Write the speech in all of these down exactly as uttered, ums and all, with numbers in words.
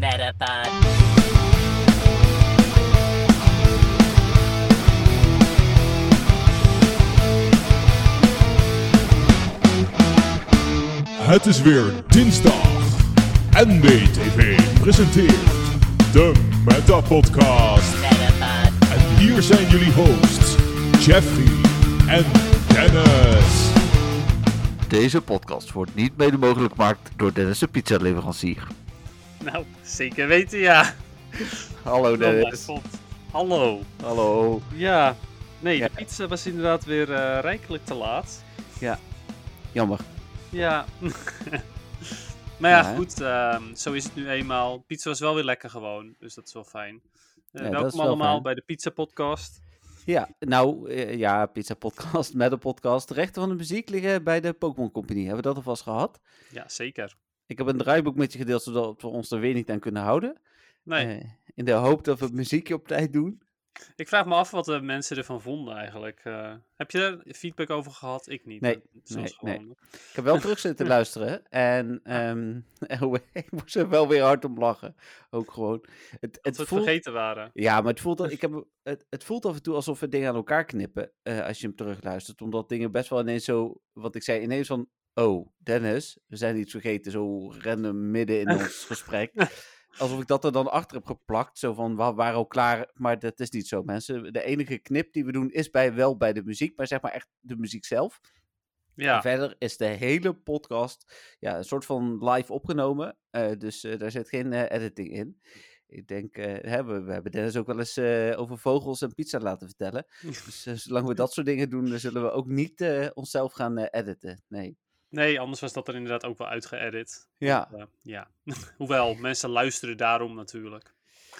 Metapod. Het is weer dinsdag. N B T V presenteert de Metapodcast. Metapod. En hier zijn jullie hosts, Jeffrey en Dennis. Deze podcast wordt niet mede mogelijk gemaakt door Dennis de pizzaleverancier. Nou, zeker weten, ja. Hallo Oh mijn Dennis. god. Hallo. Hallo. Ja. Nee, Ja. de pizza was inderdaad weer eh, rijkelijk te laat. Jammer. Ja. maar ja, Ja, hè? goed. ehm, zo is het nu eenmaal. Pizza was wel weer lekker gewoon. Dus dat is wel fijn. Eh, dat welkom is wel allemaal fijn. bij de Pizza Podcast. Ja, nou, eh, ja, pizza podcast, met een podcast. De rechten van de muziek liggen bij de Pokémon Company. Hebben we dat alvast gehad? Ja, zeker. Ik heb een draaiboek met je gedeeld, zodat we ons er weer niet aan kunnen houden. Nee, Eh, in de hoop dat we het muziekje op tijd doen. ik vraag me af wat de mensen ervan vonden eigenlijk. Eh, heb je daar feedback over gehad? Ik niet. Nee, Dat is zoals nee, gewoon. Ik heb wel terug zitten luisteren en ehm, ik moest er wel weer hard om lachen. Ook gewoon. Het, Dat het we het voelt... vergeten waren. Ja, maar het voelt, al- ik heb, het, het voelt af en toe alsof we dingen aan elkaar knippen eh, als je hem terugluistert. Omdat dingen best wel ineens zo, wat ik zei, ineens van, oh, Dennis, we zijn iets vergeten, zo random midden in ons gesprek. Alsof ik dat er dan achter heb geplakt, zo van, we waren al klaar, maar dat is niet zo, mensen. De enige knip die we doen is bij, wel bij de muziek, maar zeg maar echt de muziek zelf. En Ja. verder is de hele podcast ja, een soort van live opgenomen. eh, dus eh, daar zit geen eh, editing in. Ik denk, eh, hè, we, we hebben Dennis ook wel eens eh, over vogels en pizza laten vertellen. Dus eh, zolang we dat soort dingen doen, dan zullen we ook niet eh, onszelf gaan eh, editen. Nee. Nee, anders was dat er inderdaad ook wel uitgeëdit. Ja. Want, eh, ja. Hoewel, mensen luisteren daarom natuurlijk.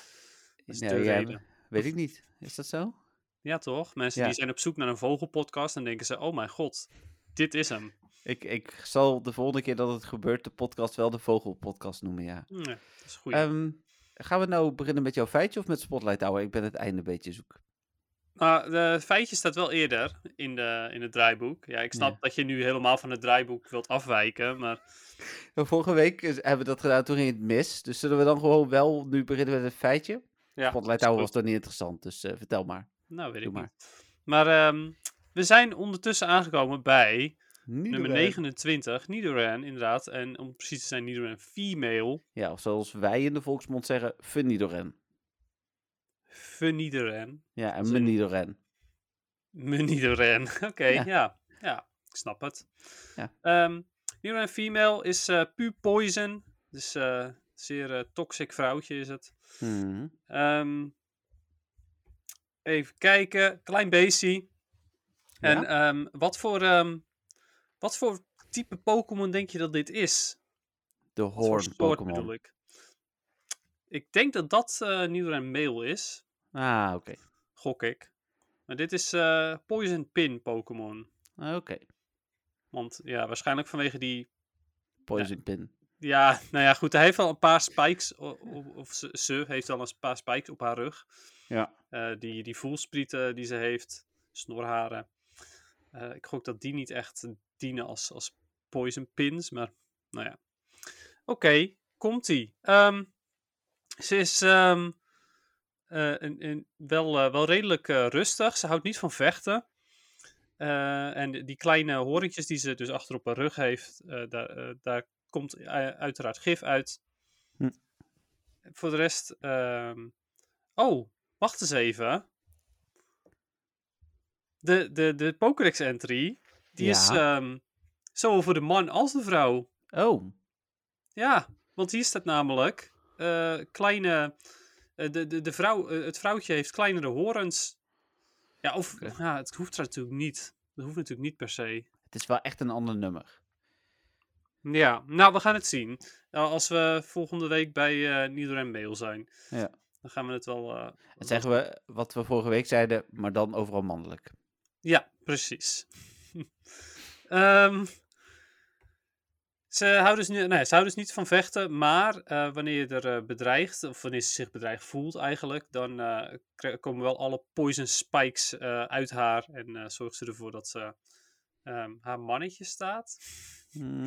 Dat is Ja, de ja, reden. weet ik niet. Is dat zo? Ja, toch? Mensen Ja. die zijn op zoek naar een vogelpodcast en denken ze, oh mijn god, dit is hem. Ik, ik zal de volgende keer dat het gebeurt de podcast wel de vogelpodcast noemen, ja. Hm, Ja, dat is goed. Ehm, gaan we nou beginnen met jouw feitje of met Spotlight Hour? Ik ben het einde een beetje zoek. Maar de feitje staat wel eerder in, de, in het draaiboek. Ja, ik snap Ja. dat je nu helemaal van het draaiboek wilt afwijken, maar Nou, vorige week is- hebben we dat gedaan, toen ging het mis. Dus zullen we dan gewoon wel nu beginnen met het feitje? ja. Spotlight is Hour goed. was toch niet interessant, dus eh, vertel maar. Nou, weet Doe ik maar. niet. Maar ehm, we zijn ondertussen aangekomen bij Niet nummer doen wij- negenentwintig, Nidoran inderdaad. En om precies te zijn, Nidoran female. Ja, of zoals wij in de volksmond zeggen, Funnidoren. Funidoran. Ja, en Als in- Menidoren. Menidoran. Oké, Ja. ja. ja. ik snap het. Ja. Ehm Nidoran female is eh puur poison. Dus eh zeer eh, toxic vrouwtje is het. Mhm. Ehm, even kijken. Klein beestie. En Ja? ehm, wat voor ehm, wat voor type Pokémon denk je dat dit is? De Wat voor Horn soort Pokémon. bedoel ik? Ik denk dat dat eh Nidoran male is. Ah, oké. Gok ik. Maar dit is eh Poison Pin Pokémon. Ah, Oké. Want ja, waarschijnlijk vanwege die... Poison Pin. Ja, nou ja, goed. Hij heeft wel een paar spikes. o- o- Of ze, ze heeft wel een paar spikes op haar rug. Ja. Eh, die, die voelsprieten die ze heeft. Snorharen. Eh, ik gok dat die niet echt dienen als, als poison pins. Maar, nou ja. Oké, komt-ie. Ehm, ze is ehm, eh, een, een, wel, eh, wel redelijk eh, rustig. Ze houdt niet van vechten. Eh, en die kleine horentjes die ze dus achter op haar rug heeft, eh, daar, eh, daar komt eh, uiteraard gif uit. Hm. Voor de rest... ehm, Oh, wacht eens even. De, de, de Pokédex entry, die is Ja. ehm, zowel voor de man als de vrouw. Oh. Ja, want hier staat namelijk eh, kleine... eh, de, de, de vrouw, eh, het vrouwtje heeft kleinere horens. Ja, of... Oké. Ja, het hoeft natuurlijk niet. Dat hoeft natuurlijk niet per se. Het is wel echt een ander nummer. Ja, nou, we gaan het zien. Nou, als we volgende week bij eh Nidoran Mail zijn, Ja. dan gaan we het wel... eh, En zeggen we wat we vorige week zeiden, maar dan overal mannelijk. Ja, precies. Ehm, ze, houden dus niet, nee, ze houden dus niet van vechten, maar eh, wanneer je er eh, bedreigt, of wanneer ze zich bedreigd voelt eigenlijk, dan eh, kri- komen wel alle poison spikes eh, uit haar en eh, zorgt ze ervoor dat ze ehm, haar mannetje staat. Hmm.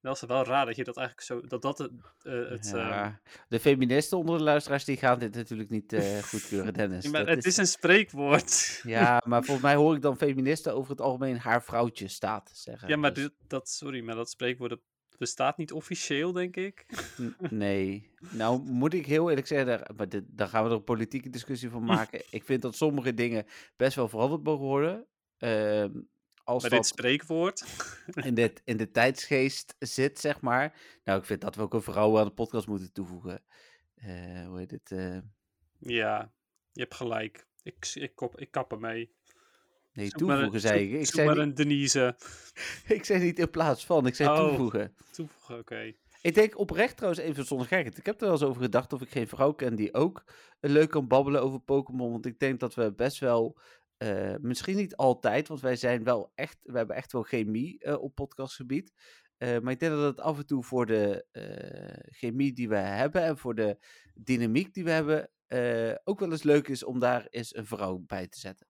Dat is wel raar dat je dat eigenlijk zo... Dat dat het... Uh, het Ja, um... de feministen onder de luisteraars die gaan dit natuurlijk niet uh, goedkeuren, Dennis. Ja, maar dat het is... is een spreekwoord. Ja, maar volgens mij hoor ik dan feministen over het algemeen haar vrouwtje staat zeggen. Ja, maar dus... dit, dat... Sorry, maar dat spreekwoord dat bestaat niet officieel, denk ik. N- nee. Nou, moet ik heel eerlijk zeggen, daar, maar dit, daar gaan we er een politieke discussie van maken. Ik vind dat sommige dingen best wel veranderd mogen worden. Uh, als Bij dat dit spreekwoord. in, dit, in de tijdsgeest zit, zeg maar. Nou, ik vind dat we ook een vrouw aan de podcast moeten toevoegen. Uh, hoe heet het? Uh... Ja, je hebt gelijk. Ik, ik, kop, ik kap ermee. Nee, zoek toevoegen maar, zei zoek, ik. Ik zoek zei maar niet... een Denise. ik zei niet in plaats van, ik zei oh, toevoegen. Toevoegen, oké. Okay. Ik denk oprecht trouwens, even zonder gekheid. Ik heb er wel eens over gedacht of ik geen vrouw ken die ook leuk kan babbelen over Pokémon. Want ik denk dat we best wel, uh, misschien niet altijd, want wij zijn wel echt, we hebben echt wel chemie uh, op podcastgebied. Uh, maar ik denk dat het af en toe voor de uh, chemie die we hebben en voor de dynamiek die we hebben, uh, ook wel eens leuk is om daar eens een vrouw bij te zetten.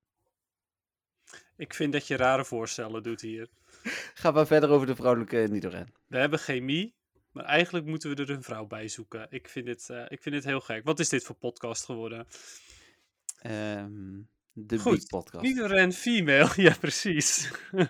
Ik vind dat je rare voorstellen doet hier. Ga maar verder over de vrouwelijke Nidoran. We hebben chemie, maar eigenlijk moeten we er een vrouw bij zoeken. Ik vind dit, uh, ik vind dit heel gek. Wat is dit voor podcast geworden? Um, de Goed, Big Podcast. Nidoran female, ja precies.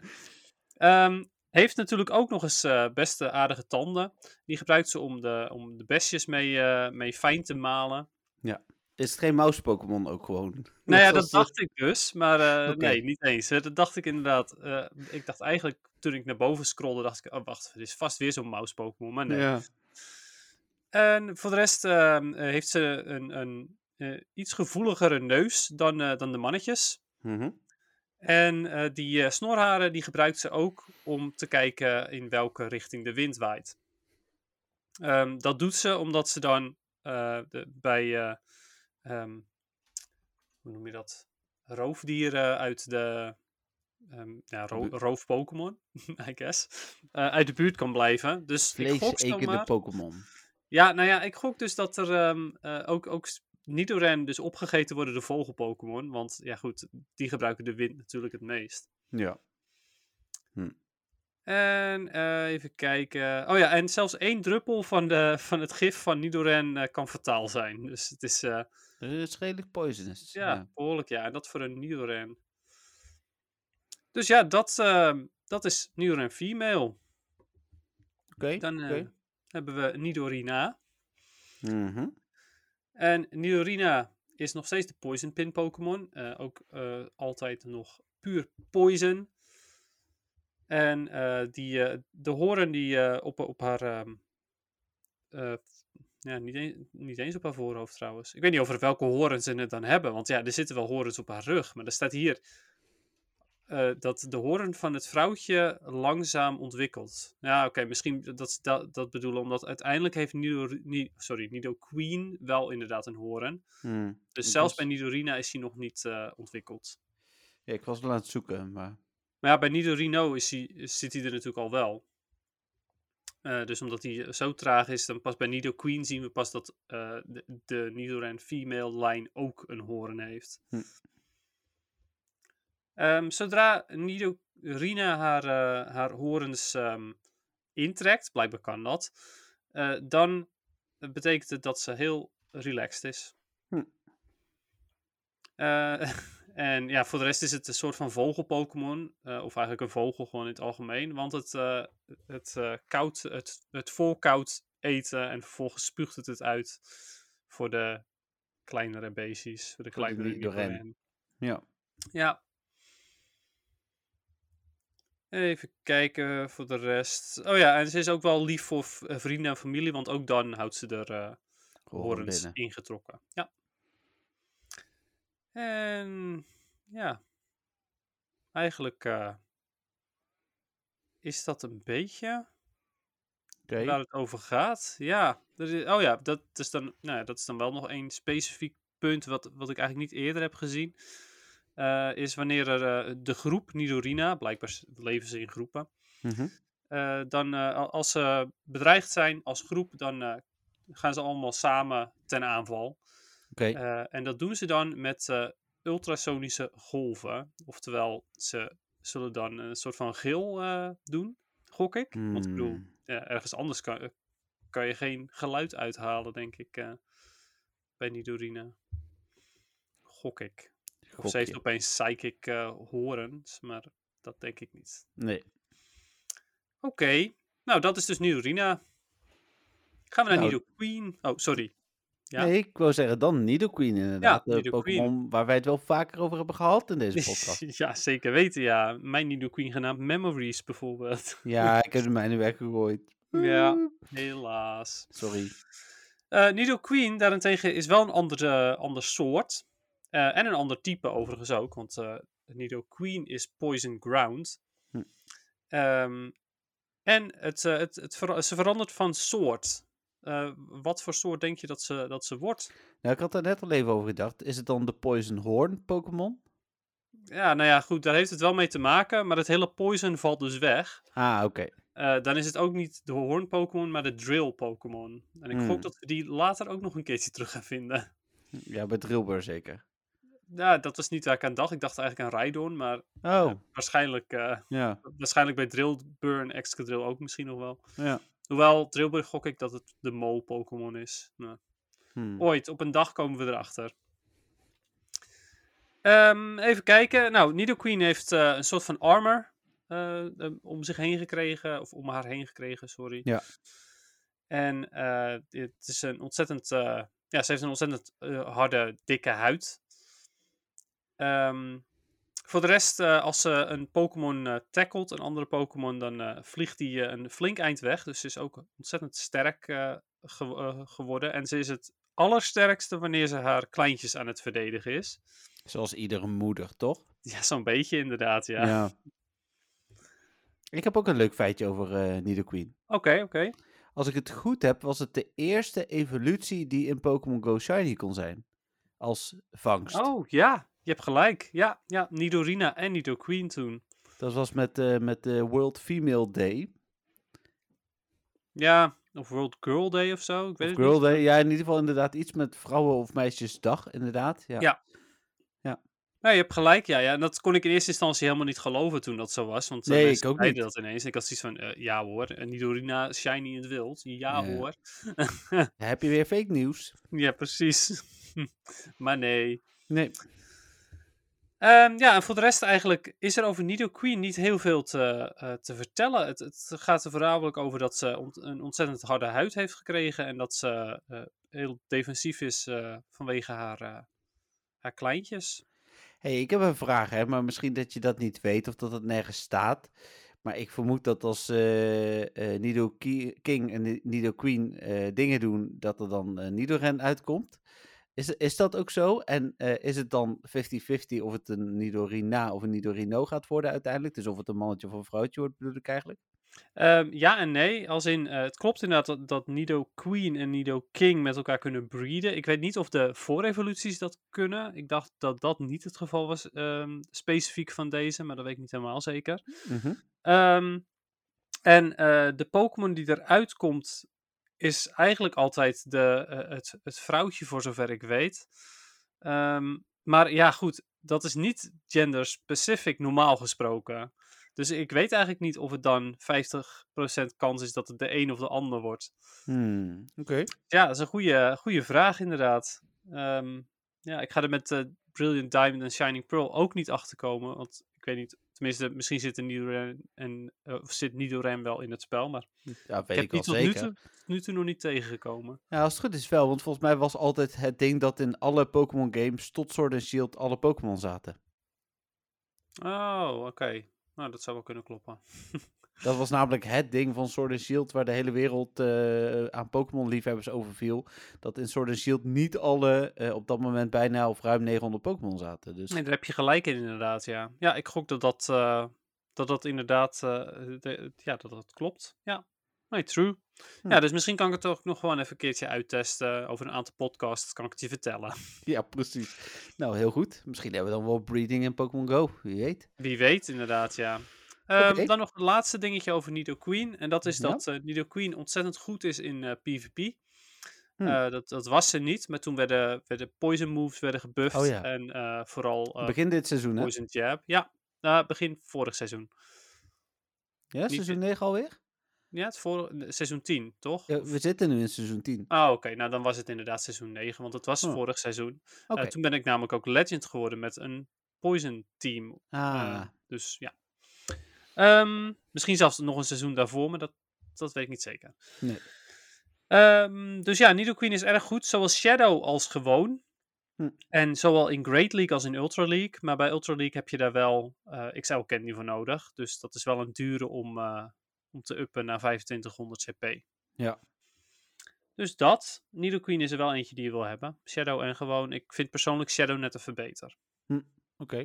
um, heeft natuurlijk ook nog eens uh, beste aardige tanden. Die gebruikt ze om de, om de bestjes mee, uh, mee fijn te malen. Ja. Is het geen mouse-Pokémon ook gewoon? Nou ja, dat dacht ik dus, maar uh, okay. nee, niet eens. Hè. Dat dacht ik inderdaad. Uh, ik dacht eigenlijk, toen ik naar boven scrollde, dacht ik, oh wacht, er is vast weer zo'n mouse-Pokémon, maar nee. Ja. En voor de rest uh, heeft ze een, een uh, iets gevoeligere neus dan, uh, dan de mannetjes. Mm-hmm. En uh, die uh, snorharen, die gebruikt ze ook om te kijken in welke richting de wind waait. Um, dat doet ze omdat ze dan uh, de, bij... Uh, um, hoe noem je dat? Roofdieren uit de... Um, ja, ro- roof-Pokémon, I guess. Uh, uit de buurt kan blijven. Dus vleesetende Pokémon. Ja, nou ja, ik gok dus dat er um, uh, ook, ook Nidoran dus opgegeten worden de vogel-Pokémon. Want ja goed, die gebruiken de wind natuurlijk het meest. Ja. Hm. En uh, even kijken. Oh ja, en zelfs één druppel van, de, van het gif van Nidoran uh, kan fataal zijn. Dus het is... Uh, Het is redelijk poisonous. Ja, ja, behoorlijk ja. En dat voor een Nidoran. Dus ja, dat, uh, dat is Nidoran female. Oké, okay, Dan uh, okay. hebben we Nidorina. Mm-hmm. En Nidorina is nog steeds de Poison Pin Pokémon. Uh, ook uh, altijd nog puur poison. En uh, die, uh, de horen die uh, op, op haar... Um, uh, ja, niet, een, niet eens op haar voorhoofd trouwens. Ik weet niet over welke horens ze het dan hebben. Want ja, er zitten wel horens op haar rug. Maar er staat hier... Uh, dat de hoorn van het vrouwtje langzaam ontwikkelt. Ja, oké, okay, misschien dat dat, dat bedoelen, omdat uiteindelijk heeft Nido, Nido, sorry, Nidoqueen wel inderdaad een hoorn. Hmm, dus zelfs was... bij Nidorina is hij nog niet uh, ontwikkeld. Ja, ik was wel aan het zoeken, maar... Maar ja, bij Nidorino is hij, zit hij er natuurlijk al wel. Uh, dus omdat hij zo traag is, dan pas bij Nidoqueen zien we pas dat uh, de, de Nidoran female line ook een hoorn heeft. Hm. Um, zodra Nidorina haar, uh, haar horens um, intrekt, blijkbaar kan dat, uh, dan betekent het dat ze heel relaxed is. Hm. Uh, en ja, voor de rest is het een soort van vogel-Pokémon, uh, of eigenlijk een vogel gewoon in het algemeen, want het, uh, het, uh, koud, het, het voorkoud eten en vervolgens spuugt het het uit voor de kleinere beestjes, voor de voor kleinere Nidoran. Ja. Ja. Even kijken voor de rest. Oh ja, en ze is ook wel lief voor v- vrienden en familie, want ook dan houdt ze er uh, horens binnen. ingetrokken. Ja. En ja, eigenlijk uh, is dat een beetje okay. waar het over gaat. Ja, er is, oh ja, dat is, dan, nou ja, dat is dan wel nog één specifiek punt wat, wat ik eigenlijk niet eerder heb gezien. Uh, is wanneer er uh, de groep Nidorina, blijkbaar leven ze in groepen, mm-hmm. uh, dan uh, als ze bedreigd zijn als groep, dan uh, gaan ze allemaal samen ten aanval. Okay. Uh, en dat doen ze dan met uh, ultrasonische golven. Oftewel, ze zullen dan een soort van gil uh, doen. gok ik. Want ik bedoel, Hmm. ja, ergens anders kan, kan je geen geluid uithalen, denk ik, uh, bij Nidorina. Gok ik. Of Gok ze heeft je. opeens psychic uh, horens, maar dat denk ik niet. Nee. Oké, okay. Nou dat is dus Nidorina. Gaan we naar Nou, Nidoqueen. Oh, sorry. Ja? Nee, ik wou zeggen dan Nidoqueen inderdaad. Ja, De Nidoqueen. Pokémon waar wij het wel vaker over hebben gehad in deze podcast. Ja, zeker weten, ja. Mijn Nidoqueen genaamd Memories bijvoorbeeld. Ja, ik heb de mijne weggegooid. Ja, helaas. Sorry. Uh, Nidoqueen daarentegen is wel een andere, ander soort. Uh, en een ander type overigens ook. Want uh, Nidoqueen is Poison Ground. Hm. Um, en het, uh, het, het ver- ze verandert van soort. Uh, wat voor soort denk je dat ze, dat ze wordt? Nou, ik had daar net al even over gedacht. Is het dan de Poison Horn Pokémon? Ja, nou ja, goed, daar heeft het wel mee te maken. Maar het hele Poison valt dus weg. Ah, oké. Okay. Uh, dan is het ook niet de Horn Pokémon, maar de Drill Pokémon. En ik Hmm. gok dat we die later ook nog een keertje terug gaan vinden. Ja, bij Drillbur zeker. Ja, dat was niet waar ik aan dacht. Ik dacht eigenlijk aan Rhydon, maar Oh. uh, waarschijnlijk, uh, ja. waarschijnlijk bij Drillbur en Excadrill ook misschien nog wel. Ja. Hoewel, Drillbur gok ik dat het de Mole-Pokémon is. Nou. Hmm. Ooit, op een dag komen we erachter. Um, even kijken. Nou, Nidoqueen heeft uh, een soort van armor uh, um, om zich heen gekregen. Of om haar heen gekregen, sorry. Ja. En uh, het is een ontzettend... Uh, ja, ze heeft een ontzettend uh, harde, dikke huid. Um, voor de rest, uh, als ze een Pokémon uh, tackelt, een andere Pokémon, dan uh, vliegt die uh, een flink eind weg. Dus ze is ook ontzettend sterk uh, ge uh, geworden. En ze is het allersterkste wanneer ze haar kleintjes aan het verdedigen is. Zoals iedere moeder, toch? Ja, zo'n beetje inderdaad, ja. ja. Ik heb ook een leuk feitje over uh, Nidoqueen. Oké, okay, oké. Okay. Als ik het goed heb, was het de eerste evolutie die in Pokémon Go Shiny kon zijn. Als vangst. Oh, ja. Je hebt gelijk. Ja, ja. Nidorina en Nidoqueen toen. Dat was met, uh, met de World Female Day. Ja, of World Girl Day of zo. Ik weet of het Girl niet. Day, ja, in ieder geval inderdaad iets met vrouwen- of meisjesdag, inderdaad. Ja. Ja. ja. Ja, je hebt gelijk, ja, ja. En dat kon ik in eerste instantie helemaal niet geloven toen dat zo was. Want uh, nee, ik ook niet. dat ineens. En ik had zoiets van, uh, ja hoor, en Nidorina shiny in het wild. Ja, ja. hoor. Heb je weer fake nieuws? Ja, precies. Maar nee. Nee. Um, ja, en voor de rest eigenlijk is er over Nidoqueen niet heel veel te, uh, te vertellen. Het, het gaat er voornamelijk over dat ze ont- een ontzettend harde huid heeft gekregen. En dat ze uh, heel defensief is uh, vanwege haar, uh, haar kleintjes. Hey, ik heb een vraag, hè, maar misschien dat je dat niet weet of dat het nergens staat. Maar ik vermoed dat als uh, uh, Nidoking en Nidoqueen uh, dingen doen, dat er dan uh, Nidoran uitkomt. Is, is dat ook zo? En uh, is het dan vijftig vijftig of het een Nidorina of een Nidorino gaat worden uiteindelijk? Dus of het een mannetje of een vrouwtje wordt, bedoel ik eigenlijk? Um, ja en nee. Als in, uh, het klopt inderdaad dat, dat Nidoqueen en Nidoking met elkaar kunnen breeden. Ik weet niet of de voorevoluties dat kunnen. Ik dacht dat dat niet het geval was, um, specifiek van deze, maar dat weet ik niet helemaal zeker. Mm-hmm. Um, en uh, de Pokémon die eruit komt, is eigenlijk altijd de, uh, het, het vrouwtje, voor zover ik weet. Um, maar ja, goed, dat is niet gender-specific normaal gesproken. Dus ik weet eigenlijk niet of het dan vijftig procent kans is dat het de een of de ander wordt. Hmm, Oké. Okay. Ja, dat is een goede, goede vraag inderdaad. Um, ja, ik ga er met uh, Brilliant Diamond en Shining Pearl ook niet achter komen. Want ik weet niet, tenminste, misschien zit, Nidoran en, uh, of zit Nidoran wel in het spel. Maar ja, weet ik heb ik die tot nu zeker. toe, nu toe nog niet tegengekomen. Ja, als het goed is wel, want volgens mij was altijd het ding dat in alle Pokémon games tot Sword and Shield alle Pokémon zaten. Oh, oké. Okay. Nou, dat zou wel kunnen kloppen. Dat was namelijk het ding van Sword and Shield waar de hele wereld uh, aan Pokémon-liefhebbers overviel. Dat in Sword and Shield niet alle uh, op dat moment bijna of ruim negenhonderd Pokémon zaten. Dus. Nee, daar heb je gelijk in inderdaad, ja. Ja, ik gok dat dat, uh, dat, dat inderdaad uh, de, ja, dat dat klopt. Ja, nee, true. Hm. Ja, dus misschien kan ik het toch nog gewoon even een keertje uittesten. Over een aantal podcasts kan ik het je vertellen. Ja, precies. Nou, heel goed. Misschien hebben we dan wel breeding in Pokémon Go. Wie weet. Wie weet, inderdaad, ja. Um, okay. Dan nog het laatste dingetje over Nidoqueen. En dat is ja. dat uh, Nidoqueen ontzettend goed is in uh, PvP. Hm. Uh, dat, dat was ze niet, maar toen werden, werden poison moves werden gebufft. Oh, ja. En uh, vooral... Uh, begin dit seizoen, poison hè? jab. Ja, uh, begin vorig seizoen. Ja, Niet seizoen dit- negen alweer? Ja, het voor seizoen tien, toch? Ja, Of- we zitten nu in seizoen tien. Ah, oké. Nou, dan was het inderdaad seizoen negen, want het was Oh. vorig seizoen. Oké. Eh, toen ben ik namelijk ook legend geworden met een Poison team. Ah, Eh, dus ja. Ehm, misschien zelfs nog een seizoen daarvoor, maar dat, dat weet ik niet zeker. nee. Ehm, dus ja, Nidoqueen is erg goed, zowel Shadow als gewoon. Hm. En zowel in Great League als in Ultra League. Maar bij Ultra League heb je daar wel eh X L candy voor nodig. Dus dat is wel een dure om, eh, om te uppen naar vijfentwintighonderd C P. Ja. Dus dat. Nidoqueen is er wel eentje die je wil hebben. Shadow en gewoon. Ik vind persoonlijk Shadow net even beter. Oké.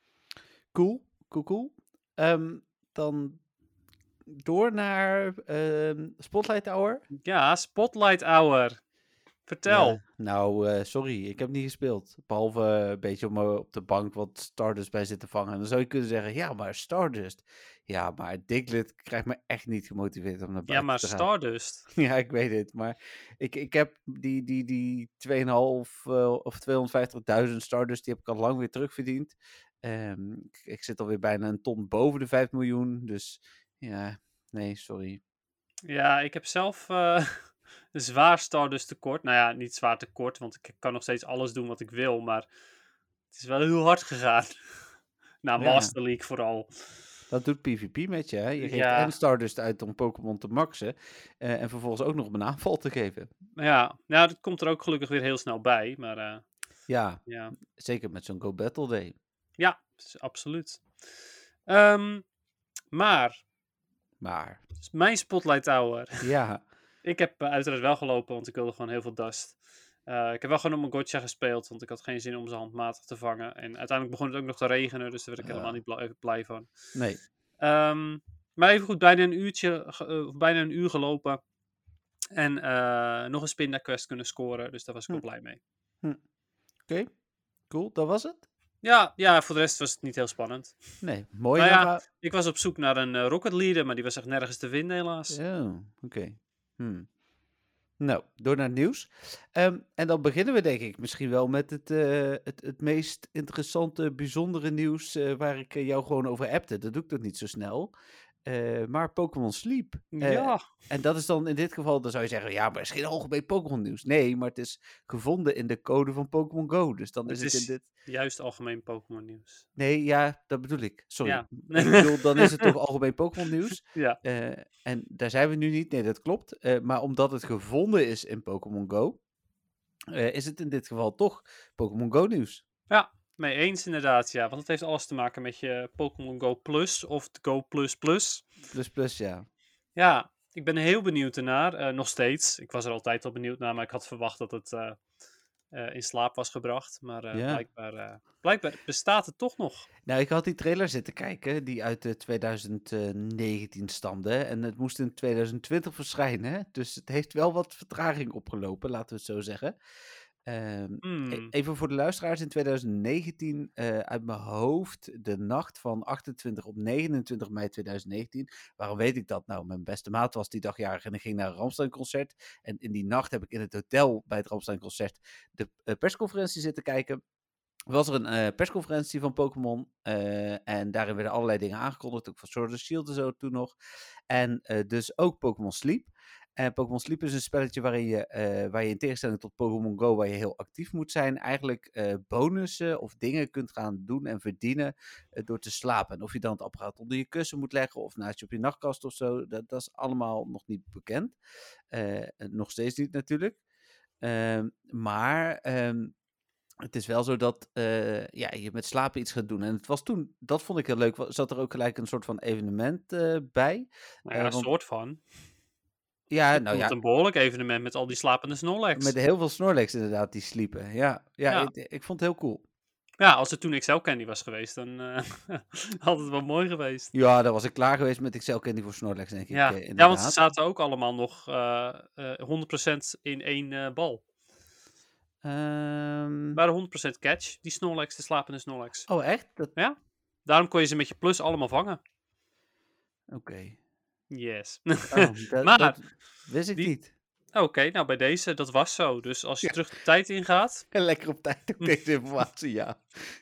Cool, cool, cool. Ehm, dan door naar ehm, Spotlight Hour. Ja, Spotlight Hour. Vertel. Ja, nou, eh, sorry, ik heb niet gespeeld. Behalve eh, een beetje om eh, op de bank wat Stardust bij zitten vangen. En dan zou je kunnen zeggen, ja, maar Stardust. Ja, maar Diglett krijgt me echt niet gemotiveerd om naar buiten Ja, maar te gaan. Stardust. Ja, ik weet het, maar ik, ik heb die, die, die twee komma vijf uh, of tweehonderdvijftigduizend Stardust, die heb ik al lang weer terugverdiend. Um, ik, ik zit alweer bijna een ton boven de vijf miljoen, dus ja, nee, sorry. Ja, ik heb zelf uh, een zwaar Stardust tekort. Nou ja, niet zwaar tekort, want ik kan nog steeds alles doen wat ik wil, maar het is wel heel hard gegaan. Nou, Ja. Master League vooral. Dat doet PvP met je, hè? Je geeft Ja. en Stardust uit om Pokémon te maxen uh, en vervolgens ook nog om een aanval te geven. Ja, ja, dat komt er ook gelukkig weer heel snel bij, maar uh, Ja, ja. zeker met zo'n Go Battle Day. Ja, absoluut. Um, maar, Maar, mijn Spotlight Hour. ja. Ik heb uh, uiteraard wel gelopen, want ik wilde gewoon heel veel dust. Uh, ik heb wel gewoon op mijn Gotcha gespeeld, want ik had geen zin om ze handmatig te vangen. En uiteindelijk begon het ook nog te regenen, dus daar werd ik helemaal niet blij, blij van. Nee. Um, maar even goed, bijna een uurtje, uh, bijna een uur gelopen. En uh, nog een Spinda Quest kunnen scoren, dus daar was ik hm. wel blij mee. Hm. Oké, okay. Cool, dat was het? Ja, ja, voor de rest was het niet heel spannend. Nee, mooi. Nou ja, ga... ik was op zoek naar een uh, Rocket Leader, maar die was echt nergens te vinden helaas. Oh, oké. Okay. Hmm. Nou, door naar het nieuws. Um, en dan beginnen we denk ik misschien wel met het, uh, het, het meest interessante, bijzondere nieuws uh, waar ik uh, jou gewoon over appte. Dat doe ik toch niet zo snel. Uh, maar Pokémon Sleep. Uh, ja. En dat is dan in dit geval, dan zou je zeggen, ja, maar het is geen algemeen Pokémon nieuws. Nee, maar het is gevonden in de code van Pokémon Go. Dus dan het is het is in dit... juist algemeen Pokémon nieuws. Nee, ja, dat bedoel ik. Sorry. Ja. Ik bedoel, dan is het toch algemeen Pokémon nieuws. Ja. Uh, en daar zijn we nu niet. Nee, dat klopt. Uh, maar omdat het gevonden is in Pokémon Go, uh, is het in dit geval toch Pokémon Go nieuws. Ja, mee eens inderdaad. Ja, want het heeft alles te maken met je Pokémon Go Plus of de Go Plus Plus. Plus plus, ja. Ja, ik ben heel benieuwd ernaar. Uh, nog steeds. Ik was er altijd al benieuwd naar, maar ik had verwacht dat het uh, uh, in slaap was gebracht. Maar uh, ja. blijkbaar, uh, blijkbaar bestaat het toch nog. Nou, ik had die trailer zitten kijken, die uit uh, twintig negentien stamde. En het moest in twintig twintig verschijnen. Dus het heeft wel wat vertraging opgelopen, laten we het zo zeggen. Um, mm. Even voor de luisteraars, in twintig negentien, uh, uit mijn hoofd, de nacht van achtentwintig op negenentwintig mei twintig negentien. Waarom weet ik dat? Nou, mijn beste maat was die dag jarig en ik ging naar een Rammstein-concert. En in die nacht heb ik in het hotel bij het Rammstein-concert de uh, persconferentie zitten kijken. Was er een uh, persconferentie van Pokémon uh, en daarin werden allerlei dingen aangekondigd, ook van Sword and Shield en zo toen nog. En uh, dus ook Pokémon Sleep. En Pokémon Sleep is een spelletje waarin je, uh, waar je in tegenstelling tot Pokémon Go, waar je heel actief moet zijn, eigenlijk uh, bonussen of dingen kunt gaan doen en verdienen uh, door te slapen. En of je dan het apparaat onder je kussen moet leggen of naast je op je nachtkast of zo, dat, dat is allemaal nog niet bekend. Uh, nog steeds niet natuurlijk. Uh, maar... Um, Het is wel zo dat uh, ja, je met slapen iets gaat doen. En het was toen, dat vond ik heel leuk, zat er ook gelijk een soort van evenement uh, bij. Nou ja, uh, een want, soort van. Ja, ik nou ja. een behoorlijk evenement met al die slapende Snorlax. Met heel veel Snorlax inderdaad, die sliepen. Ja, ja, ja. Ik, ik vond het heel cool. Ja, als het toen X L Candy was geweest, dan uh, had het wel mooi geweest. Ja, dan was ik klaar geweest met X L Candy voor Snorlax, denk ja. ik. Uh, ja, want ze zaten ook allemaal nog uh, uh, honderd procent in één uh, bal. Um... waren honderd procent catch, die Snorlax, de slapende Snorlax. Oh, echt? Dat... Ja. Daarom kon je ze met je plus allemaal vangen. Oké. Okay. Yes. Oh, dat, maar, dat wist ik die... niet. Oké, okay, nou bij deze, dat was zo. Dus als je ja. terug de tijd ingaat... En lekker op tijd ook deze informatie, ja.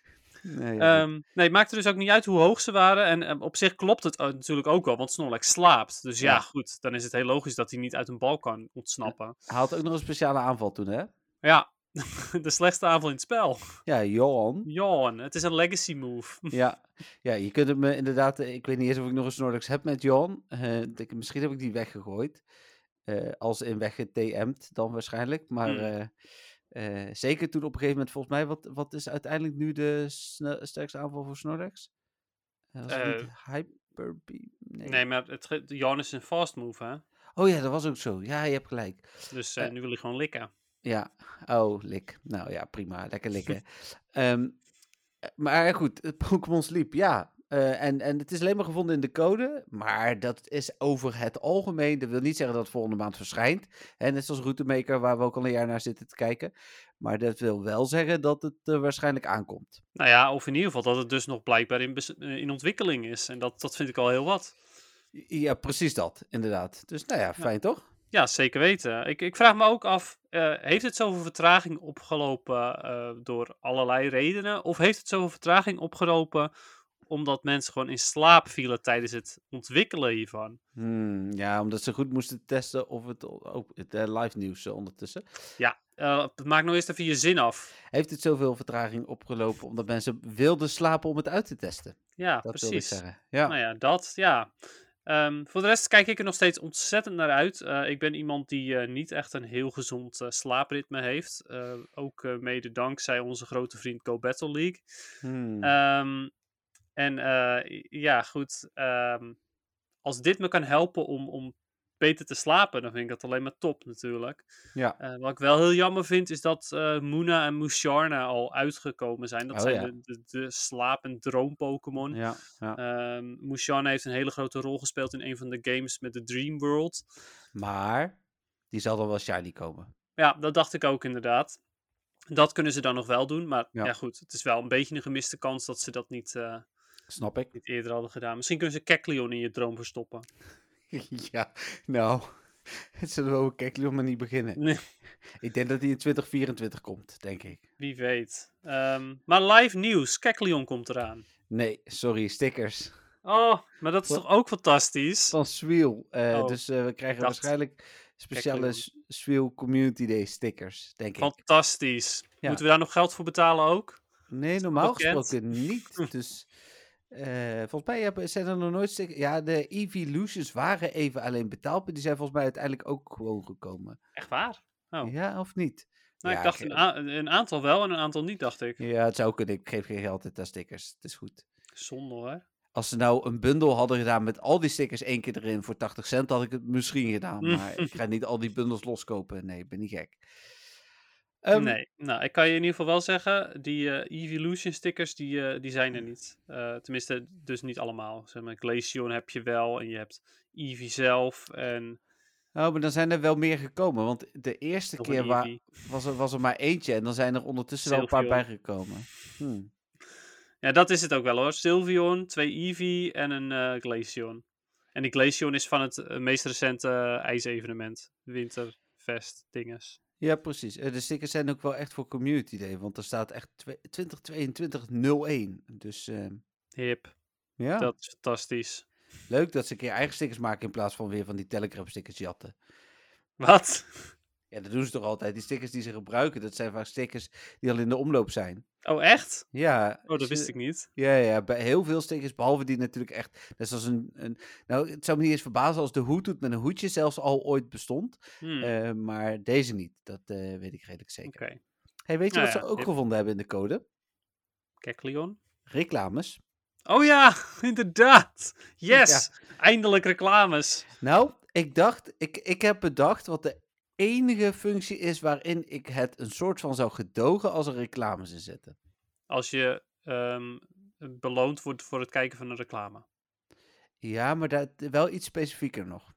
Nee, ja, goed. Um, nee, het maakte dus ook niet uit hoe hoog ze waren. En um, op zich klopt het uh, natuurlijk ook wel, want Snorlax slaapt. Dus ja, Ja. goed, dan is het heel logisch dat hij niet uit een bal kan ontsnappen. Hij had ook nog een speciale aanval toen, hè? Ja, de slechtste aanval in het spel. Ja, Johan. Johan, het is een legacy move. Ja. Ja, je kunt hem uh, inderdaad... uh, Ik weet niet eens of ik nog een Snorlax heb met Johan. Uh, ik, misschien heb ik die weggegooid. Uh, als in weggetm'd dan waarschijnlijk. Maar Hmm. uh, uh, zeker toen op een gegeven moment... Volgens mij, wat, wat is uiteindelijk nu de sne- sterkste aanval voor Snorlax? Uh, was het Uh, niet Hyper Beam? Nee. Nee, maar het, ge- Johan is een fast move, hè? Oh ja, dat was ook zo. Ja, je hebt gelijk. Dus uh, Uh, nu wil hij gewoon likken. Ja, oh, lik. Nou ja, prima. Lekker likken. um, maar goed, het Pokémon Sleep, ja. Uh, en, en het is alleen maar gevonden in de code. Maar dat is over het algemeen. Dat wil niet zeggen dat het volgende maand verschijnt. Hè, net zoals Routemaker, waar we ook al een jaar naar zitten te kijken. Maar dat wil wel zeggen dat het uh, waarschijnlijk aankomt. Nou ja, of in ieder geval dat het dus nog blijkbaar in, bes- in ontwikkeling is. En dat, dat vind ik al heel wat. Ja, precies dat, inderdaad. Dus nou ja, fijn Ja. toch? Ja, zeker weten. Ik, ik vraag me ook af, uh, heeft het zoveel vertraging opgelopen uh, door allerlei redenen? Of heeft het zoveel vertraging opgelopen omdat mensen gewoon in slaap vielen tijdens het ontwikkelen hiervan? Hmm, ja, omdat ze goed moesten testen of het ook het uh, live nieuws uh, ondertussen. Ja, uh, maak nou eerst even je zin af. Heeft het zoveel vertraging opgelopen omdat mensen wilden slapen om het uit te testen? Ja, dat precies. wil ik zeggen. Ja. Nou ja, dat, ja. Um, voor de rest kijk ik er nog steeds ontzettend naar uit. Uh, ik ben iemand die uh, niet echt een heel gezond uh, slaapritme heeft. Uh, ook uh, mede dankzij onze grote vriend Go Battle League. Hmm. Um, en uh, ja, goed. Um, als dit me kan helpen om, om beter te slapen, dan vind ik dat alleen maar top natuurlijk. Ja. Uh, wat ik wel heel jammer vind, is dat uh, Munna en Musharna al uitgekomen zijn. Dat oh, zijn ja. de, de, de slaap- en droom-Pokémon. Ja, ja. Um, Musharna heeft een hele grote rol gespeeld in een van de games met de Dream World. Maar die zal dan wel shiny komen. Ja, dat dacht ik ook inderdaad. Dat kunnen ze dan nog wel doen. Maar ja, ja goed, het is wel een beetje een gemiste kans dat ze dat niet, uh, Snap ik. niet eerder hadden gedaan. Misschien kunnen ze Kecleon in je droom verstoppen. ja, nou, het zullen we over Kecleon maar niet beginnen. Nee. Ik denk dat hij in twintig vierentwintig komt, denk ik. Wie weet. Um, maar live nieuws, Kecleon komt eraan. Nee, sorry, stickers. Oh, maar dat is Wat? toch ook fantastisch? Van Sweel. Uh, oh, dus uh, we krijgen dat. waarschijnlijk speciale Sweel Community Day stickers, denk fantastisch. ik. Ja. Moeten we daar nog geld voor betalen ook? Nee, normaal gesproken niet. Dus uh, volgens mij hebben, zijn er nog nooit stickers. Ja, de Evolutions waren even alleen betaald, maar die zijn volgens mij uiteindelijk ook gewoon gekomen. Echt waar? Oh. Ja, of niet? Nou, ja, ik dacht een, a- een aantal wel en een aantal niet, dacht ik. Ja, het zou kunnen. Ik geef geen geld aan stickers. Het is goed. Zonde hoor. Als ze nou een bundel hadden gedaan met al die stickers één keer erin voor tachtig cent, had ik het misschien gedaan. Maar ik ga niet al die bundels loskopen. Nee, ik ben niet gek. Um, nee, nou, ik kan je in ieder geval wel zeggen, die uh, Evolution stickers, die, uh, die zijn er niet. Uh, tenminste, dus niet allemaal. Zeg maar, Glaceon heb je wel en je hebt Eevee zelf en... Oh, maar dan zijn er wel meer gekomen. Want de eerste Nog keer wa- was, er, was er maar eentje. En dan zijn er ondertussen wel een paar bijgekomen. Hmm. Ja, dat is het ook wel hoor. Sylveon, twee Eevee en een uh, Glaceon. En die Glaceon is van het uh, meest recente uh, ijsevenement. Winterfest dinges. Ja, precies. De stickers zijn ook wel echt voor Community Day. Want er staat echt twintig tweeëntwintig nul één. Dus... Uh, hip. Ja. Dat is fantastisch. Leuk dat ze een keer eigen stickers maken in plaats van weer van die Telegram stickers jatten. Wat? Ja, dat doen ze toch altijd. Die stickers die ze gebruiken, dat zijn vaak stickers die al in de omloop zijn. Oh, echt? Ja. Oh, dat wist ze, ik niet. Ja, ja, bij heel veel stickers, behalve die natuurlijk echt... Net zoals een, een... Nou, het zou me niet eens verbazen als de hoedhoed met een hoedje zelfs al ooit bestond. Hmm. Uh, maar deze niet. Dat uh, weet ik redelijk zeker. Okay. Hey, weet je nou wat ja, ze ook hip. gevonden hebben in de code? Kecleon? Reclames. Oh ja, inderdaad. Yes, ja. Eindelijk reclames. Nou, ik dacht, ik, ik heb bedacht wat de enige functie is waarin ik het een soort van zou gedogen als er reclames in zitten. Als je um, beloond wordt voor het kijken van een reclame. Ja, maar dat, wel iets specifieker nog.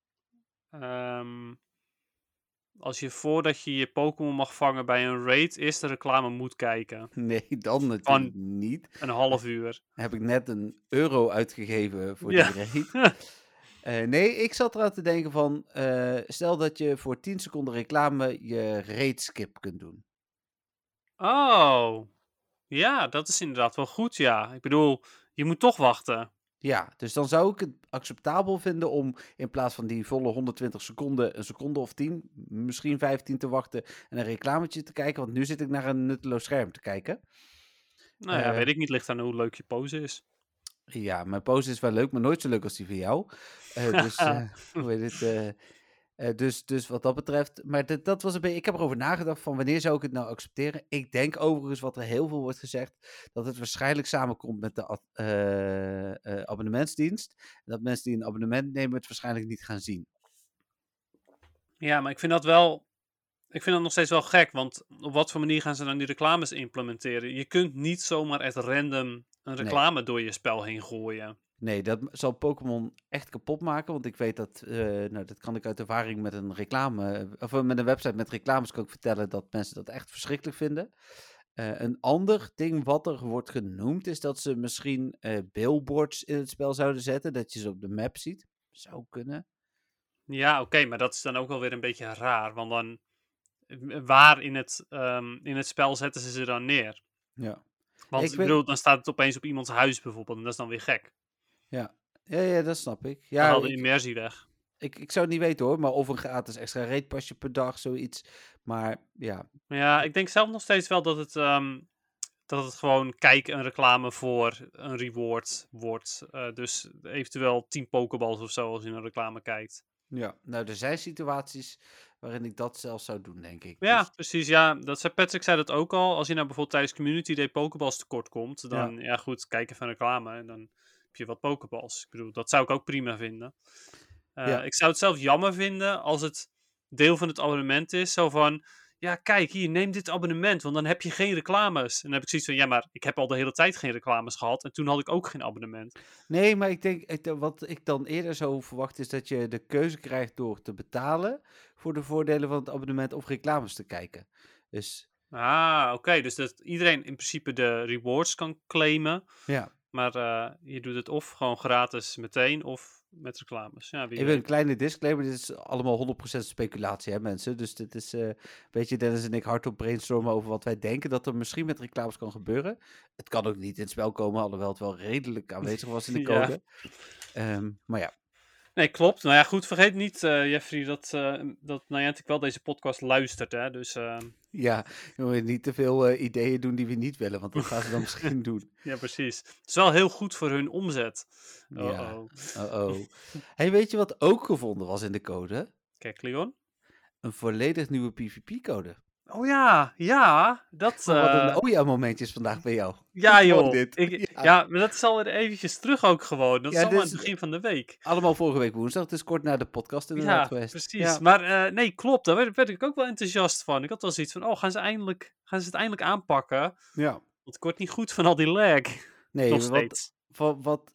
Um, als je voordat je je Pokémon mag vangen bij een raid eerst de reclame moet kijken. Nee, dan natuurlijk van niet. Een half uur. Heb ik net een euro uitgegeven voor ja. die raid. uh, nee, ik zat eraan te denken van, uh, stel dat je voor tien seconden reclame je raid skip kunt doen. Oh. Ja, dat is inderdaad wel goed, ja. Ik bedoel, je moet toch wachten. Ja, dus dan zou ik het acceptabel vinden om in plaats van die volle honderdtwintig seconden, een seconde of tien, misschien vijftien te wachten en een reclametje te kijken. Want nu zit ik naar een nutteloos scherm te kijken. Nou ja, Eh, weet ik niet. Ligt aan hoe leuk je pose is. ja, mijn pose is wel leuk, maar nooit zo leuk als die van jou. Eh, dus, eh, hoe heet het? eh, eh, dus, dus wat dat betreft, maar dat, dat was een beetje, ik heb erover nagedacht van wanneer zou ik het nou accepteren. Ik denk overigens, wat er heel veel wordt gezegd, dat het waarschijnlijk samenkomt met de ad- eh, eh, abonnementsdienst. En dat mensen die een abonnement nemen het waarschijnlijk niet gaan zien. Ja, maar ik vind dat wel... Ik vind dat nog steeds wel gek, want op wat voor manier gaan ze dan die reclames implementeren? Je kunt niet zomaar at random een reclame door je spel heen gooien. Nee, dat m- zal Pokémon echt kapot maken. Want ik weet dat, eh, nou, dat kan ik uit ervaring met een reclame, of eh, met een website met reclames kan ik vertellen dat mensen dat echt verschrikkelijk vinden. Eh, een ander ding wat er wordt genoemd is dat ze misschien eh, billboards in het spel zouden zetten, dat je ze op de map ziet. Zou kunnen. Ja, oké, maar dat is dan ook wel weer een beetje raar, want dan... Waar in het, ehm, in het spel zetten ze ze dan neer? Ja. Want Ik ik weet, bedoel, dan staat het opeens op iemands huis bijvoorbeeld, en dat is dan weer gek. ja. Ja, ja, dat snap ik. Dan Ja, haal de ik, immersie weg. ik, ik zou het niet weten hoor, maar of een gratis extra raidpasje per dag, zoiets. Maar ja, Maar ja, ik denk zelf nog steeds wel dat het, ehm, dat het gewoon kijk een reclame voor een reward wordt. Eh, dus eventueel tien pokeballs of zo als je een reclame kijkt. ja. Nou, er zijn situaties waarin ik dat zelf zou doen, denk ik. Ja, Dus precies. Ja, dat zei Patrick zei dat ook al. Als je nou bijvoorbeeld tijdens Community Day pokeballs tekort komt, ja, dan ja goed, kijk even een reclame en dan heb je wat pokeballs. Ik bedoel, dat zou ik ook prima vinden. Eh, ja. ik zou het zelf jammer vinden als het deel van het abonnement is. Zo van, ja kijk hier, neem dit abonnement, want dan heb je geen reclames. En dan heb ik zoiets van, ja maar ik heb al de hele tijd geen reclames gehad en toen had ik ook geen abonnement. Nee, maar ik denk, ik- wat ik dan eerder zou verwachten is dat je de keuze krijgt door te betalen voor de voordelen van het abonnement of reclames te kijken. Dus Ah, oké, dus dat iedereen in principe de rewards kan claimen. ja, Maar eh, je doet het of gewoon gratis meteen of met reclames. Ja, wie even een weet. kleine disclaimer, dit is allemaal honderd procent speculatie hè mensen. Dus dit is eh, een beetje Dennis en ik hardop brainstormen over wat wij denken dat er misschien met reclames kan gebeuren. Het kan ook niet in het spel komen, alhoewel het wel redelijk aanwezig was in de Ja. code. Ehm, maar ja, Nee, klopt. Nou ja, goed, vergeet niet, eh, Jeffrey, dat, eh dat Niantic wel deze podcast luistert. Hè? Dus eh, ja, we moeten niet te veel eh, ideeën doen die we niet willen, want dat gaan ze dan misschien doen. ja, precies. Het is wel heel goed voor hun omzet. Ja, Oh-oh. oh-oh. Hey, weet je wat ook gevonden was in de code? Kijk, Leon. Een volledig nieuwe PvP-code. Oh ja, ja, dat... Oh, wat een eh, oh ja momentjes vandaag bij jou. ja, Gewoon joh. dit. Ik, Ja. ja. maar dat is alweer eventjes terug ook gewoon. Dat Ja, is allemaal dit aan het is- begin van de week. Allemaal vorige week woensdag, dus kort na de podcast inderdaad Ja, geweest. precies. Ja. Maar eh, nee, klopt. Daar werd, werd ik ook wel enthousiast van. Ik had wel zoiets van, oh, gaan ze, eindelijk, gaan ze het eindelijk aanpakken? Ja. Want ik word niet goed van al die lag. Nee, Nog wat, steeds. wat, wat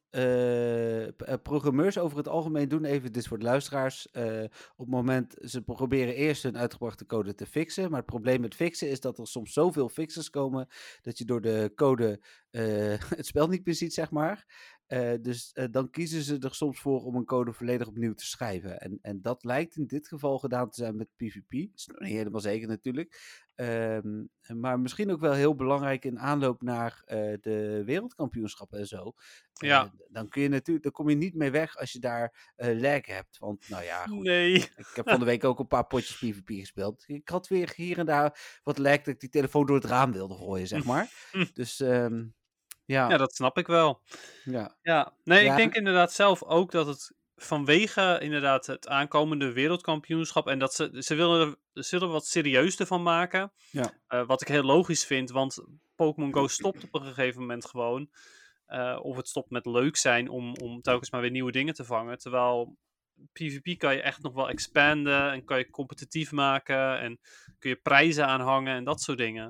eh, p- eh, programmeurs over het algemeen doen, even dit voor de luisteraars. eh, op het moment, ze proberen eerst hun uitgebrachte code te fixen. Maar het probleem met fixen is dat er soms zoveel fixes komen dat je door de code eh, het spel niet meer ziet, zeg maar. Eh, dus eh, dan kiezen ze er soms voor om een code volledig opnieuw te schrijven. En, en dat lijkt in dit geval gedaan te zijn met PvP. Dat is nog niet helemaal zeker natuurlijk. Ehm, maar misschien ook wel heel belangrijk in aanloop naar eh, de wereldkampioenschappen en zo. Eh, Ja. dan kun je natuurlijk, dan kom je niet mee weg als je daar eh lag hebt. Want nou ja, goed. Nee. Ik heb van de week ook een paar potjes PvP gespeeld. Ik had weer hier en daar wat lag dat ik die telefoon door het raam wilde gooien, zeg maar. Dus ehm, ja, Ja, dat snap ik wel. ja. Ja, nee, Ja. ik denk inderdaad zelf ook dat het vanwege inderdaad het aankomende wereldkampioenschap en dat ze, ze willen er, ze zullen er wat serieus ervan maken. Ja. Eh, wat ik heel logisch vind, want Pokémon Go stopt op een gegeven moment gewoon. Eh, of het stopt met leuk zijn om, om telkens maar weer nieuwe dingen te vangen. Terwijl PvP kan je echt nog wel expanden en kan je competitief maken en kun je prijzen aanhangen en dat soort dingen.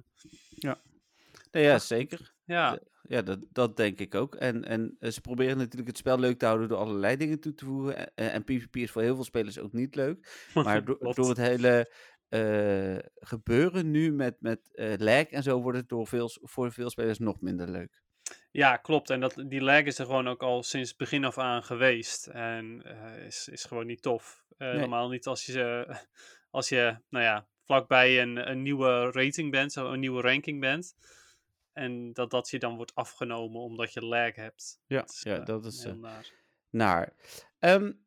Nee, ja, zeker. Ja, Ja, dat, dat denk ik ook. En, en eh, ze proberen natuurlijk het spel leuk te houden door allerlei dingen toe te voegen. En, en PvP is voor heel veel spelers ook niet leuk. Maar do- klopt. door het hele eh, gebeuren nu met, met eh, lag en zo wordt het door veel, voor veel spelers nog minder leuk. Ja, klopt. En dat, die lag is er gewoon ook al sinds begin af aan geweest. En eh, is, is gewoon niet tof. Uh, Nee. Normaal niet als je, als je, nou ja, vlakbij een, een nieuwe rating bent, zo een nieuwe ranking bent. En dat dat je dan wordt afgenomen omdat je lag hebt. Ja, Dat is, ja, uh, dat is heel uh, naar. naar. Um,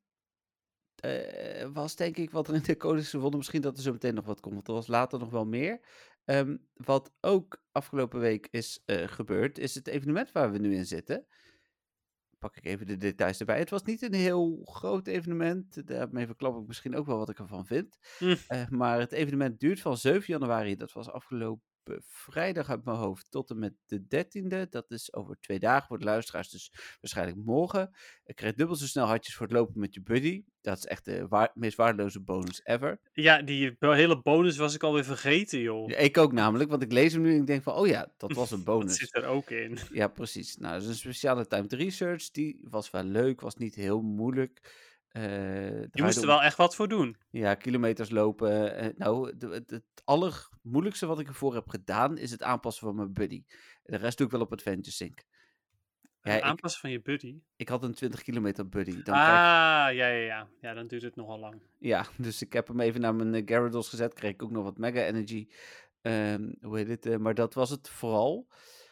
uh, was denk ik wat er in de Koningse Wonder, misschien dat er zo meteen nog wat komt, want er was later nog wel meer. Um, wat ook afgelopen week is uh, gebeurd, is het evenement waar we nu in zitten. Pak ik even de details erbij. Het was niet een heel groot evenement. Daarmee verklap ik misschien ook wel wat ik ervan vind. Hm. Uh, maar het evenement duurt van zeven januari, dat was afgelopen vrijdag uit mijn hoofd, tot en met de dertiende. Dat is over twee dagen voor de luisteraars, dus waarschijnlijk morgen. Ik krijg dubbel zo snel hartjes voor het lopen met je buddy. Dat is echt de wa- meest waardeloze bonus ever. Ja, die hele bonus was ik alweer vergeten, joh. Ja, ik ook namelijk, want ik lees hem nu en ik denk van, oh ja, dat was een bonus. Dat zit er ook in. Ja, precies. Nou, dat is een speciale timed research. Die was wel leuk, was niet heel moeilijk. Uh, Je moest er om... wel echt wat voor doen. Ja, kilometers lopen. Uh, nou, het, het, het allermoeilijkste wat ik ervoor heb gedaan, is het aanpassen van mijn buddy. De rest doe ik wel op Adventure Sync. Ja, het aanpassen ik, van je buddy? Ik had een twintig kilometer buddy. Dan ah, krijg... ja, ja, ja. Ja, dan duurt het nogal lang. Ja, dus ik heb hem even naar mijn uh, Gyarados gezet. Kreeg ik ook nog wat Mega Energy. Um, hoe heet het? Uh, maar dat was het vooral.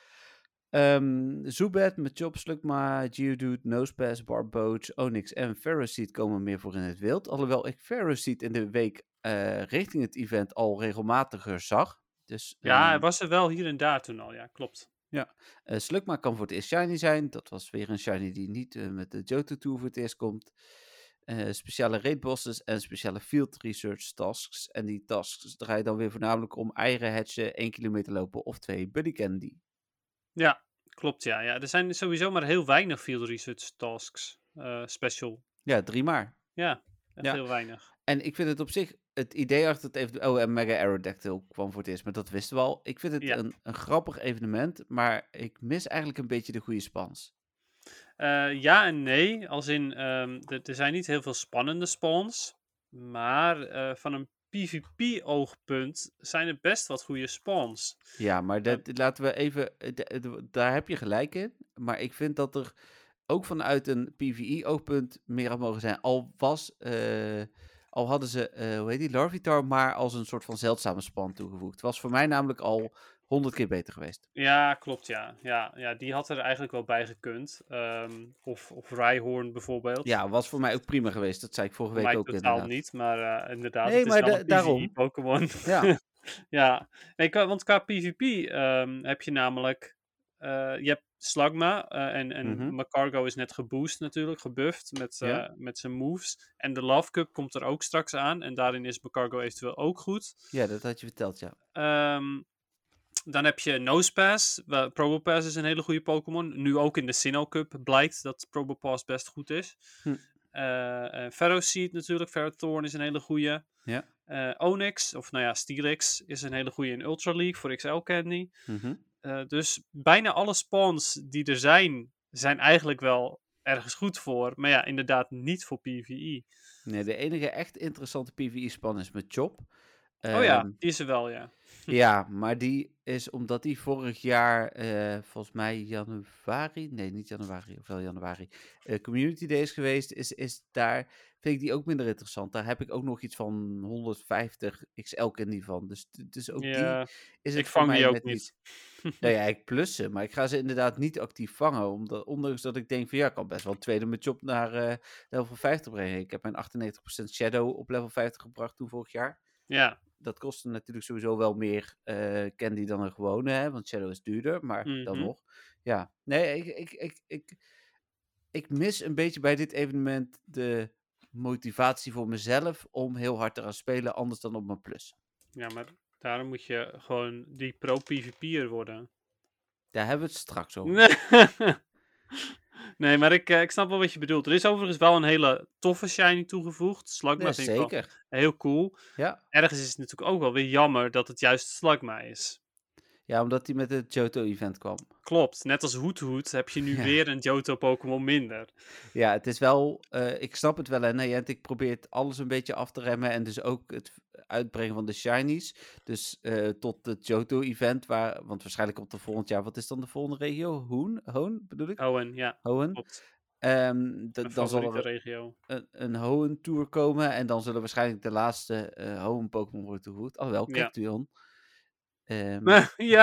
Um, Zubat, Machop, Slugma, Geodude, Nosepass, Barboach, Onix en Ferroseed komen meer voor in het wild. Alhoewel ik Ferroseed in de week uh, richting het event al regelmatiger zag. Dus, ja, um, hij was er wel hier en daar toen al, ja, klopt. Ja, uh, Slugma kan voor het eerst shiny zijn. Dat was weer een shiny die niet uh, met de Johto Tour voor het eerst komt. Uh, speciale raid bosses en speciale field research tasks. En die tasks draaien dan weer voornamelijk om eieren hatchen, één kilometer lopen of twee buddy candy. Ja, klopt, ja. ja. Er zijn sowieso maar heel weinig field research tasks uh, special. Ja, drie maar. Ja, echt ja. heel weinig. En ik vind het op zich, het idee achter het evenement... Oh, en Mega Aerodactyl kwam voor het eerst, maar dat wisten we al. Ik vind het ja. een, een grappig evenement, maar ik mis eigenlijk een beetje de goede spawns. Uh, ja en nee, als in, um, er zijn niet heel veel spannende spawns, maar uh, van een PvP-oogpunt zijn er best wat goede spawns. Ja, maar dat, uh, laten we even, d- d- daar heb je gelijk in, maar ik vind dat er ook vanuit een PvE-oogpunt meer had mogen zijn. Al was, uh, al hadden ze, uh, hoe heet die, Larvitar maar als een soort van zeldzame spawn toegevoegd. Het was voor mij namelijk al honderd keer beter geweest. Ja, klopt, ja. Ja, ja die had er eigenlijk wel bij gekund. Um, of, of Rhyhorn bijvoorbeeld. Ja, was voor mij ook prima geweest. Dat zei ik vorige week ook totaal inderdaad. niet, maar uh, inderdaad, nee, het maar is wel de, een daarom. Pokémon. Ja. ja, nee, want qua PvP um, heb je namelijk, uh, je hebt Slugma uh, en, en mm-hmm. Magcargo is net geboost natuurlijk, gebufft met, uh, ja. met zijn moves. En de Love Cup komt er ook straks aan en daarin is Magcargo eventueel ook goed. Ja, dat had je verteld, ja. Um, Dan heb je Nosepass. Probopass is een hele goede Pokémon. Nu ook in de Sinnoh Cup blijkt dat Probopass best goed is. Hm. Uh, uh, Ferroseed natuurlijk. Ferrothorn is een hele goede. Ja. Uh, Onix, of nou ja, Steelix is een hele goede in Ultra League voor X L Candy. Mm-hmm. Uh, dus bijna alle spawns die er zijn, zijn eigenlijk wel ergens goed voor. Maar ja, inderdaad niet voor PvE. Nee, de enige echt interessante PvE-span is met Chop. Um, oh ja, die is er wel, ja. Ja, maar die is omdat die vorig jaar, uh, volgens mij januari, nee niet januari, of wel januari, uh, Community Day is geweest, is, is daar, vind ik die ook minder interessant. Daar heb ik ook nog iets van honderdvijftig X L candy van, dus, dus ook ja, die is het ik voor vang mij die ook net niet. niet. Nou ja, ik plus ze, maar ik ga ze inderdaad niet actief vangen, omdat, ondanks dat ik denk van ja, ik kan best wel een tweede met Chop naar uh, level vijftig brengen. Ik heb mijn achtennegentig procent Shadow op level vijftig gebracht toen vorig jaar. Ja. Dat kostte natuurlijk sowieso wel meer uh, candy dan een gewone, hè? Want Shadow is duurder, maar mm-hmm. dan nog. Ja, nee, ik, ik, ik, ik, ik mis een beetje bij dit evenement de motivatie voor mezelf om heel hard te gaan spelen, anders dan op mijn plus. Ja, maar daarom moet je gewoon die pro-PvP'er worden. Daar hebben we het straks over. Nee, maar ik, uh, ik snap wel wat je bedoelt. Er is overigens wel een hele toffe shiny toegevoegd. Slugma nee, vind zeker. ik wel heel cool. Ja. Ergens is het natuurlijk ook wel weer jammer dat het juist Slugma is. Ja, omdat hij met het Johto-event kwam. Klopt. Net als Hoothoot heb je nu ja. weer een Johto-Pokémon minder. Ja, het is wel... Uh, ik snap het wel, hè. Nee, ik probeer alles een beetje af te remmen. En dus ook het uitbrengen van de shinies. Dus uh, tot het Johto-event, waar... Want waarschijnlijk komt er volgend jaar... Wat is dan de volgende regio? Hoen? Hoen, bedoel ik? Hoenn, ja. Hoenn. Klopt. Um, d- dan zal er regio. een, een Hoenn-tour komen. En dan zullen waarschijnlijk de laatste uh, Hoenn-Pokémon worden toegevoegd. Alhoewel, Cactuon. Ja. Um, ja.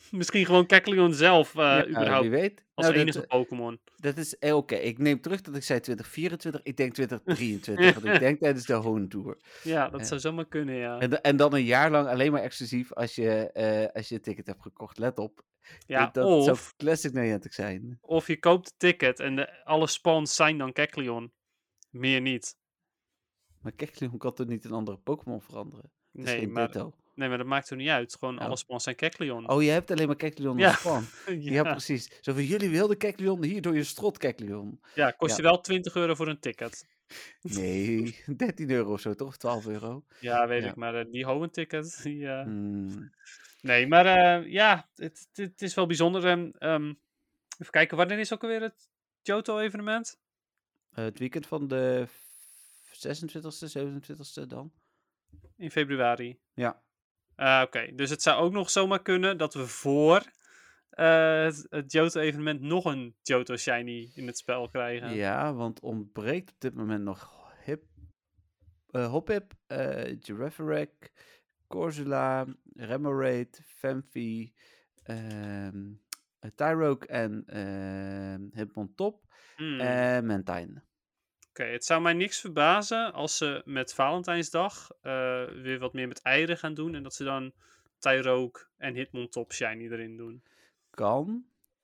Misschien gewoon Kecleon zelf, uh, Ja, überhaupt. wie weet. Als Nou, enige dat, Pokémon. dat is eh, oké. Ik neem terug dat ik zei twintig vierentwintig. Ik denk twintig drieëntwintig. Want ik denk tijdens de Hone Tour. Ja, dat Eh, zou zomaar kunnen, ja. En, da- en dan een jaar lang alleen maar exclusief als je, eh, als je een ticket hebt gekocht. Let op. Ja, dat dat zou of, classic Niantic zijn. of je koopt het ticket en de, alle spawns zijn dan Kecleon. Meer niet. Maar Kecleon kan toch niet een andere Pokémon veranderen? Het is Nee, geen maar, Ditto. nee, maar dat maakt er niet uit. Gewoon Oh. alle spawns zijn Kecleon. Oh, je hebt alleen maar Kecleon Ja. als spawn. Ja. ja. precies. Zo van, jullie wilden Kecleon, hier door je strot Kecleon. Ja, kost Ja. je wel twintig euro voor een ticket. Nee, dertien euro of zo, toch? twaalf euro. Ja, weet Ja. ik, maar uh, die Hoenn ticket, die... Uh... Hmm. Nee, maar uh, ja, het, het, het is wel bijzonder. Um, um, even kijken, wanneer is ook alweer het Johto-evenement? Uh, het weekend van de zesentwintigste, zevenentwintigste dan. In februari. Ja. Uh, Oké, okay. Dus het zou ook nog zomaar kunnen dat we voor uh, het, het Johto-evenement nog een Johto Shiny in het spel krijgen. Ja, want ontbreekt op dit moment nog Hip, uh, Hoppip, uh, Girafferac, Corsola, Remoraid, Phanpy, uh, Tyrogue en uh, Hitmontop Hmm. en Mantine. Oké, okay, het zou mij niks verbazen als ze met Valentijnsdag uh, weer wat meer met eieren gaan doen. En dat ze dan Tyrogue en Hitmontop Shiny erin doen. Kan.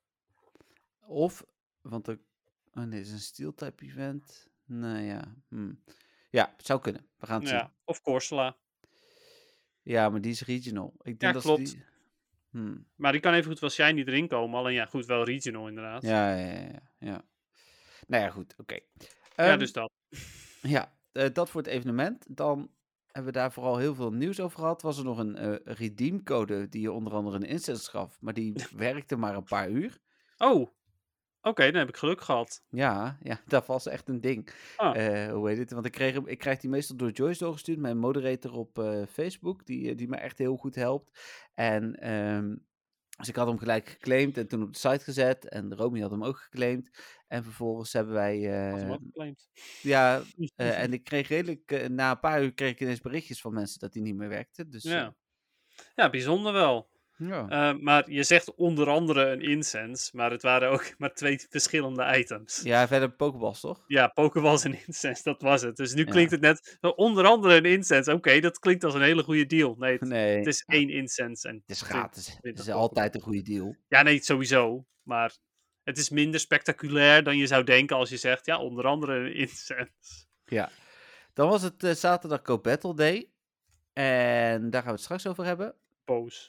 Of, want er... Oh nee, het is een Steel-type event. Nou ja. Hmm. Ja, het zou kunnen. We gaan het ja, zien. Of Corsola. Ja, maar die is regional. Ik denk ja, dat klopt. Die... Hmm. Maar die kan even goed wel Shiny erin komen. Alleen ja, goed, wel regional inderdaad. Ja, ja, ja. ja. Nou ja, goed. Oké. Okay. Ja, um, dus dat. Ja, uh, dat voor het evenement. Dan hebben we daar vooral heel veel nieuws over gehad. Was er nog een uh, redeemcode die je onder andere een instance gaf. Maar die werkte maar een paar uur. Oh, oké. Okay, dan heb ik geluk gehad. Ja, ja, dat was echt een ding. Ah. Uh, hoe heet het? Want ik, kreeg, ik krijg die meestal door Joyce doorgestuurd. Mijn moderator op uh, Facebook. Die, die me echt heel goed helpt. En... Um, Dus ik had hem gelijk geclaimd en toen op de site gezet. En Romy had hem ook geclaimd. En vervolgens hebben wij... Uh, had hem ook geclaimd. Ja, uh, en ik kreeg redelijk... Uh, na een paar uur kreeg ik ineens berichtjes van mensen dat die niet meer werkte. Dus, ja. Uh, ja, bijzonder wel. Ja. Uh, maar je zegt onder andere een incense, maar het waren ook maar twee verschillende items. Ja, verder Pokeballs, toch? Ja, Pokeballs en incense, dat was het. Dus nu ja. klinkt het net, onder andere een incense. Oké, okay, dat klinkt als een hele goede deal. Nee, het, nee. het is ja. één incense. En het is gratis. Het is Pokeballs. altijd een goede deal. Ja, nee, sowieso. Maar het is minder spectaculair dan je zou denken als je zegt, ja, onder andere een incense. Ja. Dan was het uh, zaterdag Go Battle Day. En daar gaan we het straks over hebben. Boos.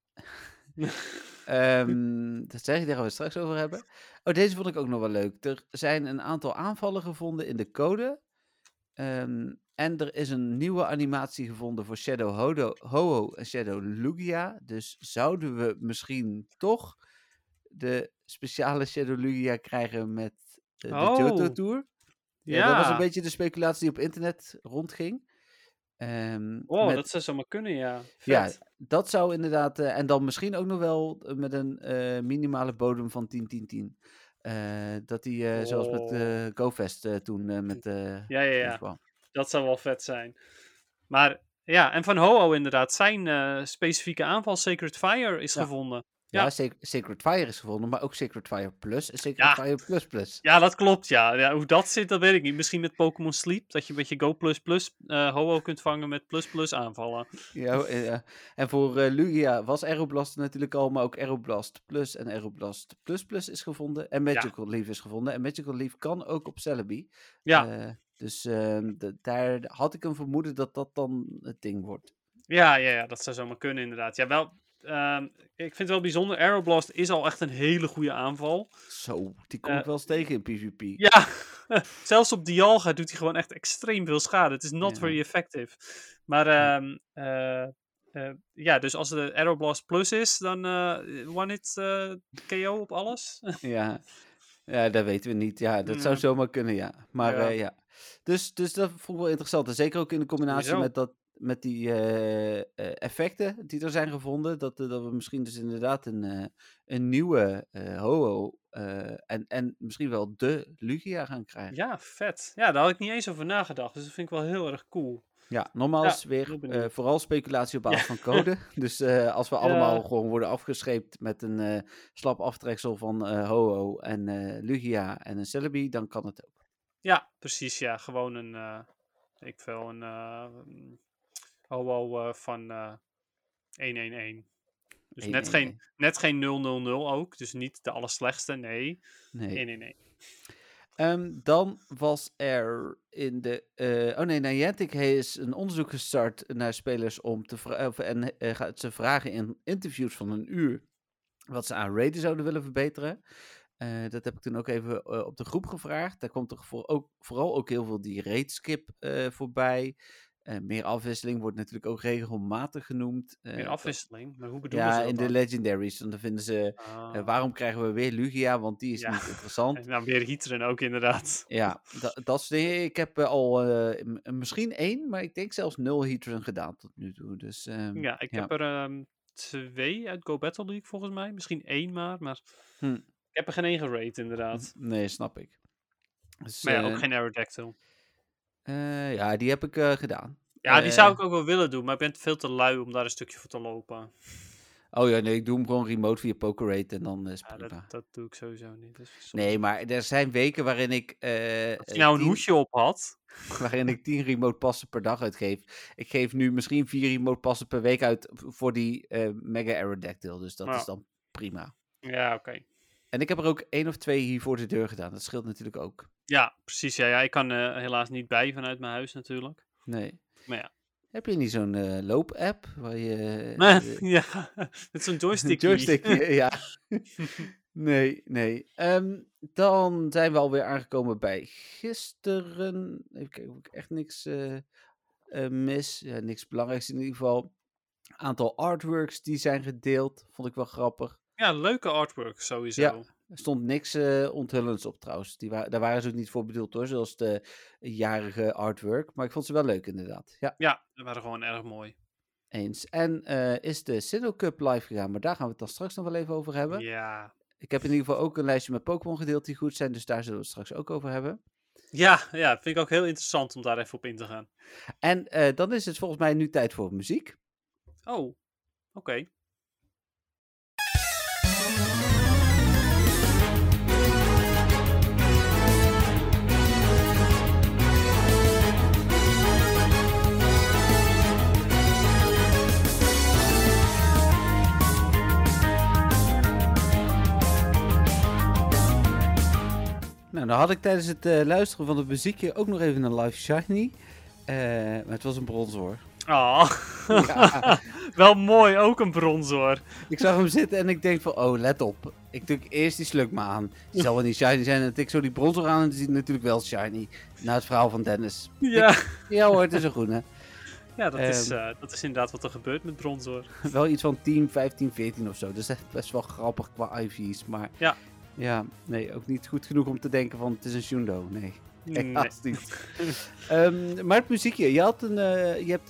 um, dat zeg ik, daar gaan we het straks over hebben. Oh, deze vond ik ook nog wel leuk. Er zijn een aantal aanvallen gevonden in de code. Um, en er is een nieuwe animatie gevonden voor Shadow Hodo, Ho-Oh en Shadow Lugia. Dus zouden we misschien toch de speciale Shadow Lugia krijgen met uh, de oh. Johto Tour? Ja. Ja. Dat was een beetje de speculatie die op internet rondging. Um, oh, met, dat zou zomaar kunnen, ja. Vet. Ja, dat zou inderdaad... Uh, en dan misschien ook nog wel met een uh, minimale bodem van tien tien tien. Uh, dat die, uh, oh. zoals met uh, GoFest uh, toen uh, met... Uh, ja, ja, ja. Dat zou wel vet zijn. Maar ja, en van Ho-Oh inderdaad. Zijn uh, specifieke aanval Sacred Fire is ja. gevonden. Ja, ja. Sac- Sacred Fire is gevonden, maar ook Sacred Fire Plus en Sacred ja. Fire Plus Plus. Ja, dat klopt, ja. ja. Hoe dat zit, dat weet ik niet. Misschien met Pokémon Sleep, dat je met je Go Plus Plus uh, Ho-Oh kunt vangen met Plus Plus aanvallen. Ja, uh, en voor uh, Lugia was Aeroblast natuurlijk al, maar ook Aeroblast Plus en Aeroblast Plus Plus is gevonden. En Magical ja. Leaf is gevonden. En Magical Leaf kan ook op Celebi. Ja. Uh, dus uh, de, daar had ik een vermoeden dat dat dan het ding wordt. Ja, ja, ja, dat zou zomaar kunnen inderdaad. Ja, wel... Uh, ik vind het wel bijzonder. Aeroblast is al echt een hele goede aanval. Zo, die komt uh, wel eens tegen in PvP. Ja, zelfs op Dialga doet hij gewoon echt extreem veel schade. Het is not ja. very effective. Maar uh, uh, uh, ja, dus als de Aeroblast Plus is, dan uh, one-hit uh, K O op alles. ja. ja, dat weten we niet. Ja, dat ja. zou zomaar kunnen, ja. Maar ja, uh, ja. Dus, dus dat vond ik wel interessant. En zeker ook in de combinatie Hoezo? met dat... Met die uh, uh, effecten die er zijn gevonden. Dat, uh, dat we misschien dus inderdaad een, uh, een nieuwe uh, Ho-Oh. Uh, en, en misschien wel de Lugia gaan krijgen. Ja, vet. Ja, daar had ik niet eens over nagedacht. Dus dat vind ik wel heel erg cool. Ja, nogmaals Ja, weer heel eh, benieuwd. vooral speculatie op basis Ja. van code. Dus eh, als we Ja. allemaal gewoon worden afgescheept met een eh, slap aftreksel van eh Ho-Oh en eh, Lugia en een Celebi, dan kan het ook. Ja, precies. Ja, gewoon een, eh ik veel, een eh mm, Ho-Oh eh, van eh honderdéén. Dus net geen, honderdéén. net geen nul nul nul ook. Dus niet de allerslechtste, nee. Nee. honderdéén. Ehm, dan was er in de. eh, oh nee, Niantic heeft een onderzoek gestart naar spelers om te vra- of- en eh, gaat ze vragen in interviews van een uur wat ze aan raiden zouden willen verbeteren. Eh, dat heb ik toen ook even eh, op de groep gevraagd. Daar komt er voor ook, vooral ook heel veel die raid skip eh, voorbij. Eh, meer afwisseling wordt natuurlijk ook regelmatig genoemd. Eh, Meer dat- afwisseling? Maar hoe bedoelen ja, ze dat in de dan? legendaries. Dan vinden ze, Ah. eh, waarom krijgen we weer Lugia? Want die is Ja. niet interessant. En nou, weer Heatran ook inderdaad. Ja, da- dat soort dingen. Ik heb eh, al eh, m- misschien één, maar ik denk zelfs nul Heatran gedaan tot nu toe. Dus, ehm, Ja, ik heb er ehm, twee uit Go Battle League volgens mij. Misschien één maar, maar Hm. ik heb er geen één gerate inderdaad. Nee, snap ik. Dus, Maar ja, eh, ook geen Aerodactyl. eh, ja, die heb ik eh, gedaan. Ja, die zou Eh, ik ook wel willen doen, maar ik ben veel te lui om daar een stukje voor te lopen. Oh ja, nee, ik doe hem gewoon remote via PokerRate en dan is het Ja, prima. dat, dat doe ik sowieso niet. Dus sorry. Nee, maar er zijn weken waarin ik, eh, Als eh, je nou een tien, hoesje op had. waarin ik tien remote passen per dag uitgeef. Ik geef nu misschien vier remote passen per week uit v- voor die eh, Mega Aerodactyl. Dus dat Ja. is dan prima. Ja, oké. En ik heb er ook één of twee hier voor de deur gedaan. Dat scheelt natuurlijk ook. Ja, precies. Ja, ja, ik kan eh, helaas niet bij vanuit mijn huis natuurlijk. Nee. Maar ja. Heb je niet zo'n eh, loop-app waar je... Maar, eh, ja, met zo'n joystick. joystickje, ja. Nee, nee. Ehm, dan zijn we alweer aangekomen bij gisteren. Even kijken of ik echt niks eh, eh, mis. Ja, niks belangrijks in ieder geval. Aantal artworks die zijn gedeeld. Vond ik wel grappig. Ja, leuke artwork sowieso. Ja. Er stond niks eh, onthullends op trouwens. Die wa- daar waren ze ook niet voor bedoeld hoor. Zoals de jarige artwork. Maar ik vond ze wel leuk inderdaad. Ja, Ja, die waren gewoon erg mooi. eens. En eh, is de Sinnoh Cup live gegaan. Maar daar gaan we het dan straks nog wel even over hebben. Ja. Ik heb in ieder geval ook een lijstje met Pokémon gedeeld die goed zijn. Dus daar zullen we het straks ook over hebben. Ja, ja, dat vind ik ook heel interessant om daar even op in te gaan. En eh, dan is het volgens mij nu tijd voor muziek. Oh, oké. Nou, dan had ik tijdens het eh, luisteren van het muziekje ook nog even een live shiny. Eh, maar het was een brons hoor. Ah, Ja. wel mooi, ook een brons hoor. Ik zag hem zitten en ik denk van, oh, let op. Ik druk eerst die sluk maar aan. Die zal wel niet shiny zijn. En ik tik zo die brons aan en die ziet natuurlijk wel shiny. Na het verhaal van Dennis. Ja, Ja hoor, het is een groene. ja dat, is, Ehm. eh, dat is inderdaad wat er gebeurt met brons hoor. Wel iets van tien, vijftien, veertien of zo. Dus dat is best wel grappig qua I V's. Maar Ja. ja, nee, ook niet goed genoeg om te denken van het is een Shundo. Nee, Nee. helaas niet. Ehm, maar het muziekje. Je, had een, eh, je hebt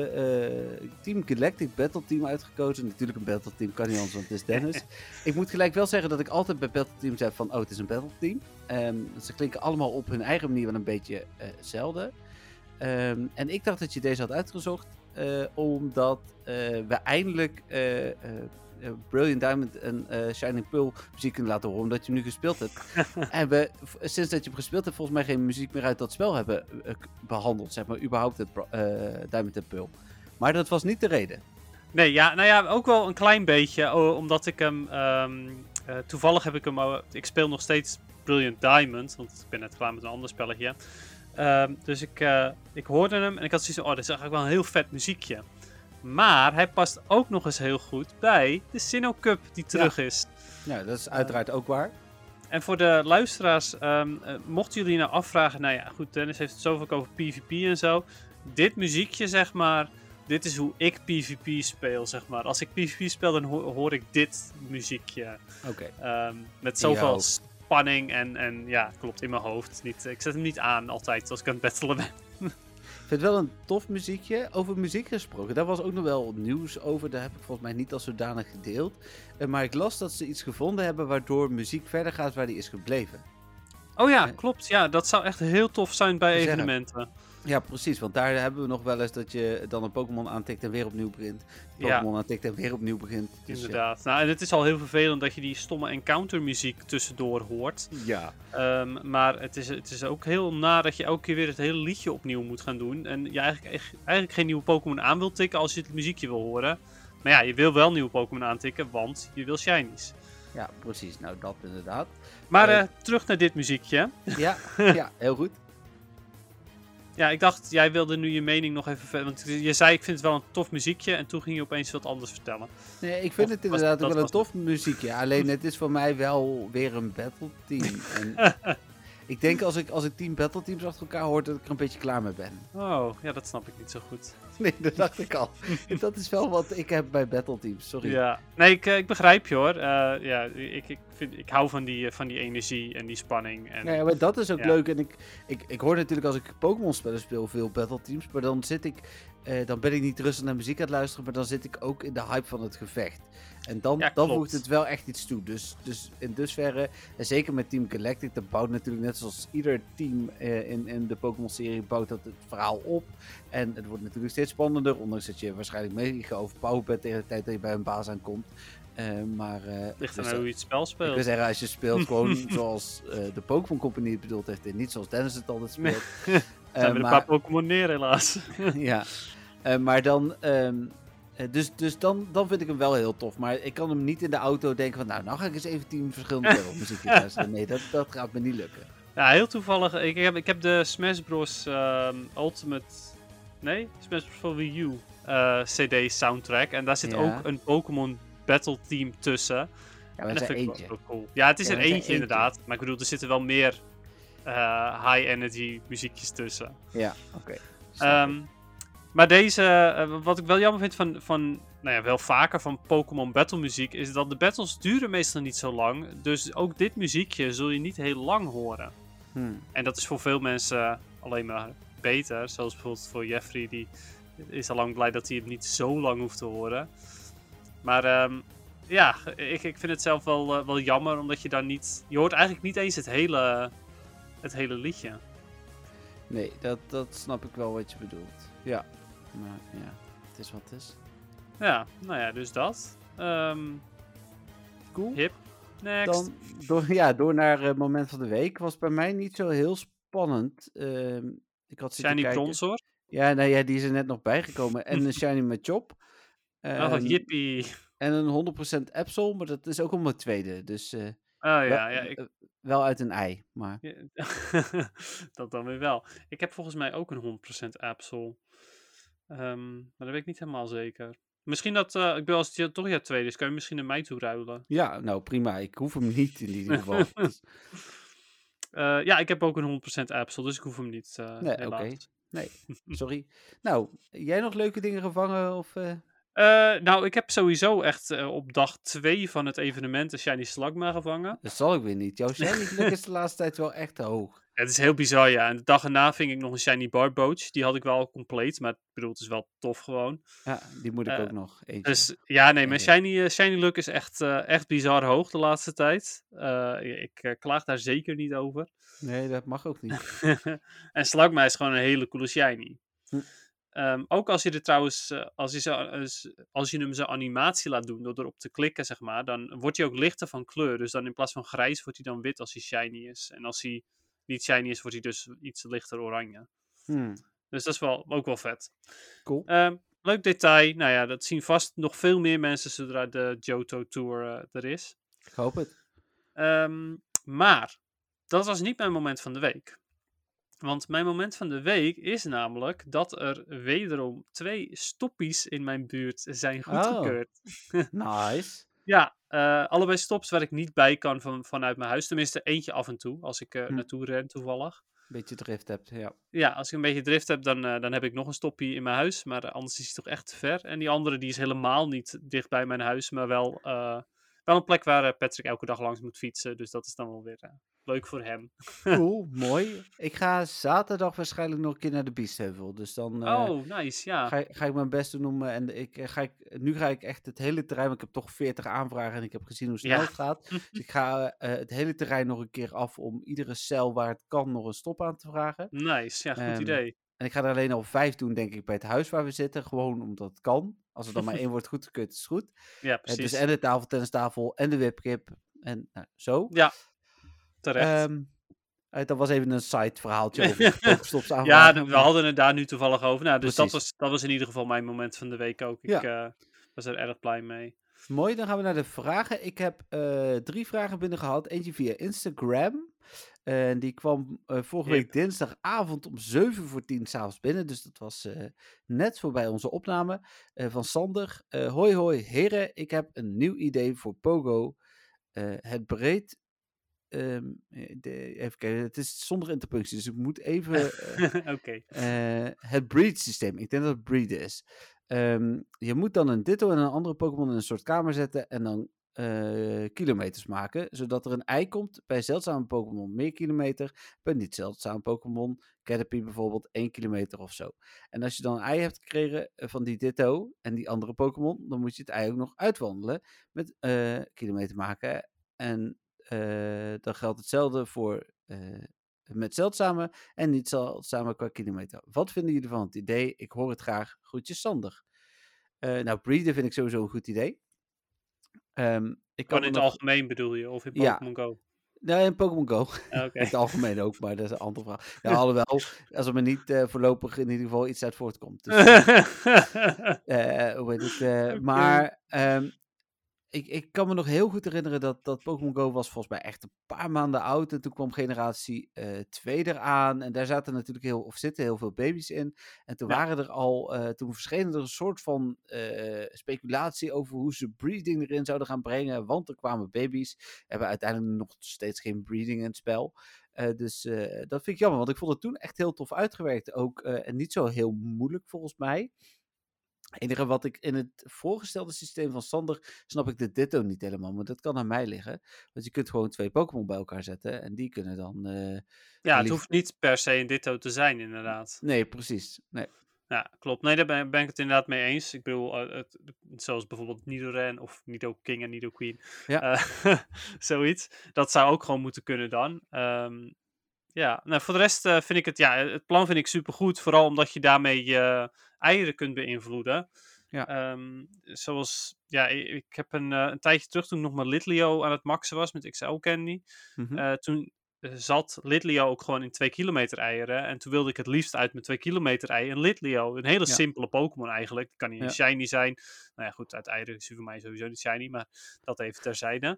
de eh, Team Galactic Battle Team uitgekozen. Natuurlijk een Battle Team, kan niet anders, want het is Dennis. Ik moet gelijk wel zeggen dat ik altijd bij Battle Teams heb van, oh, het is een Battle Team. Ehm, ze klinken allemaal op hun eigen manier wel een beetje eh, hetzelfde. Ehm, en ik dacht dat je deze had uitgezocht, eh, omdat eh, we eindelijk eh, eh, eh, Brilliant Diamond en eh, Shining Pearl muziek kunnen laten horen, omdat je hem nu gespeeld hebt. En we, v- sinds dat je hem gespeeld hebt, volgens mij geen muziek meer uit dat spel hebben eh, k- behandeld, zeg maar, überhaupt het Bro- eh, Diamond en Pearl. Maar dat was niet de reden. Nee, ja, nou ja, ook wel een klein beetje, oh, omdat ik hem, ehm, eh, toevallig heb ik hem, oh, ik speel nog steeds Brilliant Diamond, want ik ben net klaar met een ander spelletje. Ehm, dus ik, eh, ik hoorde hem en ik had zoiets van, oh, dit is eigenlijk wel een heel vet muziekje. Maar hij past ook nog eens heel goed bij de Sinnoh Cup die terug is. Ja, dat is uiteraard ook waar. En voor de luisteraars, ehm, eh, mochten jullie nou afvragen, nou ja, goed, Dennis heeft het zoveel over PvP en zo. Dit muziekje, zeg maar, dit is hoe ik PvP speel, zeg maar. Als ik PvP speel, dan ho- hoor ik dit muziekje. Oké. Ehm, met In je zoveel hoofd. spanning en, en ja, klopt, in mijn hoofd. Niet, ik zet hem niet aan altijd als ik aan het battelen ben. Ik vind het wel een tof muziekje. Over muziek gesproken, daar was ook nog wel nieuws over. Daar heb ik volgens mij niet als zodanig gedeeld. Eh, maar ik las dat ze iets gevonden hebben waardoor muziek verder gaat waar die is gebleven. Oh ja, Eh. klopt. Ja, dat zou echt heel tof zijn bij Zeggen. evenementen. Ja, precies. Want daar hebben we nog wel eens dat je dan een Pokémon aantikt en weer opnieuw begint. Ja. Pokémon aantikt en weer opnieuw begint. Dus, ja. Inderdaad. Nou, en het is al heel vervelend dat je die stomme encounter-muziek tussendoor hoort. Ja. Um, maar het is, het is ook heel na dat je elke keer weer het hele liedje opnieuw moet gaan doen. En je eigenlijk, echt- eigenlijk geen nieuwe Pokémon aan wilt tikken als je het muziekje wil horen. Maar ja, je wil wel nieuwe Pokémon aantikken, want je wil shinies. Ja, precies. Nou, dat inderdaad. Maar Eh, eh, terug naar dit muziekje. Ja, ja, heel goed. Ja, ik dacht, jij wilde nu je mening nog even verder. Want je zei, ik vind het wel een tof muziekje. En toen ging je opeens wat anders vertellen. Nee, ik vind Of het was inderdaad dat- ook wel dat een was tof muziekje. Alleen het is voor mij wel weer een battle team. En ik denk als ik, als ik tien battle teams achter elkaar hoor, dat ik er een beetje klaar mee ben. Oh, ja, dat snap ik niet zo goed. Nee, dat dacht ik al. Dat is wel wat ik heb bij battle teams, sorry. Ja, nee, ik, eh, ik begrijp je hoor. Eh, ja, ik, ik, vind, ik hou van die, eh, van die energie en die spanning. En, Ja, maar dat is ook Ja. leuk. En ik, ik, ik hoor natuurlijk als ik Pokémon spellen speel veel battle teams. Maar dan zit ik, eh, dan ben ik niet rustig naar muziek aan het luisteren. Maar dan zit ik ook in de hype van het gevecht. En dan, Ja, dan klopt. voegt het wel echt iets toe. Dus, dus in dusverre, en zeker met Team Galactic, dat bouwt natuurlijk net zoals ieder team eh, in, in de Pokémon-serie, bouwt dat het verhaal op. En het wordt natuurlijk steeds spannender, ondanks dat je waarschijnlijk mega overpowered bent tegen de tijd dat je bij een baas aankomt. Eh, maar, eh, ligt dus aan hoe je het spel ik speelt. wil zeggen, als je speelt gewoon zoals eh, de Pokémon Company het bedoeld heeft en niet zoals Dennis het altijd speelt. Er Eh, zijn er een maar, paar Pokémon neer, helaas. ja, Eh, maar dan, ehm, eh, dus, dus dan, dan vind ik hem wel heel tof. Maar ik kan hem niet in de auto denken van, nou, nou ga ik eens even tien verschillende Battle muziekjes luisteren. Nee, dat, dat gaat me niet lukken. Ja, heel toevallig. Ik heb, ik heb de Smash Bros. ehm, Ultimate... Nee? Smash Bros. voor Wii U eh, C D soundtrack. En daar zit Ja. ook een Pokémon Battle Team tussen. Ja, En maar dat dat is vind eentje. ik wel, wel cool. Ja, het is Ja, er maar het is eentje er inderdaad. Maar ik bedoel, er zitten wel meer eh, high energy muziekjes tussen. Ja, oké. Ehm, maar deze, eh, wat ik wel jammer vind van, van nou ja, wel vaker van Pokémon Battle muziek, is dat de battles duren meestal niet zo lang. Dus ook dit muziekje zul je niet heel lang horen. Hmm. En dat is voor veel mensen alleen maar beter. Zoals bijvoorbeeld voor Jeffrey, die is al lang blij dat hij het niet zo lang hoeft te horen. Maar ehm, ja, ik, ik vind het zelf wel, eh, wel jammer, omdat je dan niet... Je hoort eigenlijk niet eens het hele, het hele liedje. Nee, dat, dat snap ik wel wat je bedoelt. Ja, maar ja, het is wat het is. Ja, nou ja, dus dat. Ehm Cool. hip. Next. Dan door, ja, door naar het moment van de week. Was bij mij niet zo heel spannend. Ehm, ik had zitten Shiny kijken. Bronzor. Ja, nou ja, die is er net nog bijgekomen. En een Shiny Machop. Oh, Ehm, jippie. En een honderd procent Absol, maar dat is ook al mijn tweede. Dus eh, Oh ja, wel, ja, ik... eh, wel uit een ei. Maar Ja, dat dan weer wel. Ik heb volgens mij ook een honderd procent Absol. Ehm, maar dat weet ik niet helemaal zeker. Misschien dat, eh, ik ben als het toch jouw tweede is, kan je misschien naar mij toe ruilen. ja, nou prima. Ik hoef hem niet in ieder geval. Dus, Eh, ja, ik heb ook een honderd procent Absol, dus ik hoef hem niet, eh nee, helaas. oké. Nee, sorry. Nou, jij nog leuke dingen gevangen? Of, eh? Eh, nou, ik heb sowieso echt eh, op dag twee van het evenement een Shiny Slugma gevangen. Dat zal ik weer niet. Jouw shiny geluk is de laatste tijd wel echt te hoog. Het is heel bizar, ja. En de dag erna ving ik nog een Shiny Barboach. Die had ik wel compleet, maar ik bedoel, het is wel tof gewoon. Ja, die moet ik Eh, ook nog eentje. Dus ja, nee, mijn Ja. shiny, eh, shiny luck is echt, eh, echt bizar hoog de laatste tijd. Eh, ik eh, klaag daar zeker niet over. Nee, dat mag ook niet. En Slugma is gewoon een hele coole shiny. Hm. Ehm, ook als je er trouwens, eh, als je, zo, als, als je hem zijn animatie laat doen door erop te klikken, zeg maar, dan wordt hij ook lichter van kleur. Dus dan in plaats van grijs wordt hij dan wit als hij shiny is. En als hij niet shiny is, wordt hij dus iets lichter oranje. Hmm, Dus dat is wel, ook wel vet. cool. Ehm, leuk detail. Nou ja, dat zien vast nog veel meer mensen zodra de Johto Tour eh, er is. Ik hoop het. Ehm, maar, dat was niet mijn moment van de week. Want mijn moment van de week is namelijk dat er wederom twee stoppies in mijn buurt zijn goedgekeurd. Nice. Ja, eh, allebei stops waar ik niet bij kan van, vanuit mijn huis. Tenminste, eentje af en toe, als ik uh, Hm. naartoe ren toevallig. Beetje drift hebt, ja. Ja, als ik een beetje drift heb, dan, uh, dan heb ik nog een stoppie in mijn huis. Maar uh, anders is hij toch echt te ver. En die andere die is helemaal niet dicht bij mijn huis, maar wel, uh, wel een plek waar uh, Patrick elke dag langs moet fietsen. Dus dat is dan wel weer uh, leuk voor hem. Cool, mooi. Ik ga zaterdag waarschijnlijk nog een keer naar de Biesheuvel. Dus dan uh, oh, nice, ja. ga, ga ik mijn best doen om... Uh, en ik, uh, ga ik, nu ga ik echt het hele terrein... Want ik heb toch veertig aanvragen en ik heb gezien hoe snel Ja. het gaat. Dus ik ga uh, het hele terrein nog een keer af om iedere cel waar het kan nog een stop aan te vragen. Nice, ja, goed um, idee. En ik ga er alleen al vijf doen, denk ik, bij het huis waar we zitten. Gewoon omdat het kan. Als er dan maar één wordt goedgekeurd, is het goed. Ja, Uh, precies. dus en de tafeltennistafel en de wipkip. En nou, zo. Ja, terecht. Um, uh, dat was even een side verhaaltje over Pokestops Ja, aanvragen. we hadden het daar nu toevallig over. Nou, dus dat Precies. was, dat was in ieder geval mijn moment van de week ook. Ik Ja. uh, was er erg blij mee. Mooi, dan gaan we naar de vragen. Ik heb uh, drie vragen binnen gehad. Eentje via Instagram. En die kwam uh, vorige Yep. week dinsdagavond om zeven voor tien s'avonds binnen. Dus dat was uh, net voorbij onze opname. Uh, van Sander. Uh, hoi hoi heren, ik heb een nieuw idee voor Pogo. Uh, het breed... Um, de, even kijken, het is zonder interpunctie, dus ik moet even... Uh, okay. uh, het breed systeem, ik denk dat het breed is. Um, je moet dan een Ditto en een andere Pokémon in een soort kamer zetten en dan uh, kilometers maken, zodat er een ei komt. Bij zeldzame Pokémon meer kilometer, bij niet zeldzame Pokémon, Caterpie bijvoorbeeld, één kilometer of zo. En als je dan een ei hebt gekregen van die Ditto en die andere Pokémon, dan moet je het ei ook nog uitwandelen met uh, kilometer maken. En uh, dan geldt hetzelfde voor uh, met zeldzame en niet zeldzame qua kilometer. Wat vinden jullie van het idee? Ik hoor het graag. Groetjes Sander. Uh, nou, breeden vind ik sowieso een goed idee. Um, ik kan Gewoon in het nog... algemeen bedoel je? Of in Pokémon ja. Go? Nee, in Pokémon Go. Okay. In het algemeen ook, maar dat is een andere vraag. Ja, alhoewel, als er maar niet uh, voorlopig in ieder geval iets uit voortkomt. Dus, uh, uh, hoe heet het? Uh, okay. Maar um, ik, ik kan me nog heel goed herinneren dat, dat Pokémon Go was volgens mij echt een paar maanden oud. En toen kwam generatie uh, twee eraan. En daar zaten natuurlijk heel, of zitten heel veel baby's in. En toen ja. waren er al, uh, toen verschenen er een soort van uh, speculatie over hoe ze breeding erin zouden gaan brengen. Want er kwamen baby's. We hebben uiteindelijk nog steeds geen breeding in het spel. Uh, dus uh, dat vind ik jammer, want ik vond het toen echt heel tof uitgewerkt ook. Uh, en niet zo heel moeilijk volgens mij. Het enige wat ik in het voorgestelde systeem van Sander snap ik de Ditto niet helemaal, maar dat kan aan mij liggen. Want je kunt gewoon twee Pokémon bij elkaar zetten en die kunnen dan... Uh, ja, het lief... hoeft niet per se een Ditto te zijn inderdaad. Nee, precies. Nee. Ja, klopt. Nee, daar ben, ben ik het inderdaad mee eens. Ik bedoel, uh, het, zoals bijvoorbeeld Nidoran of Nido King en Nido Queen. Ja. Uh, zoiets. Dat zou ook gewoon moeten kunnen dan. Um, ja, nou voor de rest uh, vind ik het, ja, het plan vind ik supergoed. Vooral omdat je daarmee je uh, eieren kunt beïnvloeden. Ja. Um, zoals, ja, ik, ik heb een, uh, een tijdje terug toen ik nog maar Litleo aan het maxen was met X L Candy. Mm-hmm. Uh, toen uh, zat Litleo ook gewoon in twee kilometer eieren. En toen wilde ik het liefst uit mijn twee kilometer ei een Litleo. Een hele ja. simpele Pokémon eigenlijk. Die kan niet ja. een shiny zijn. Nou ja, goed, uit eieren is voor mij sowieso niet shiny. Maar dat even terzijde.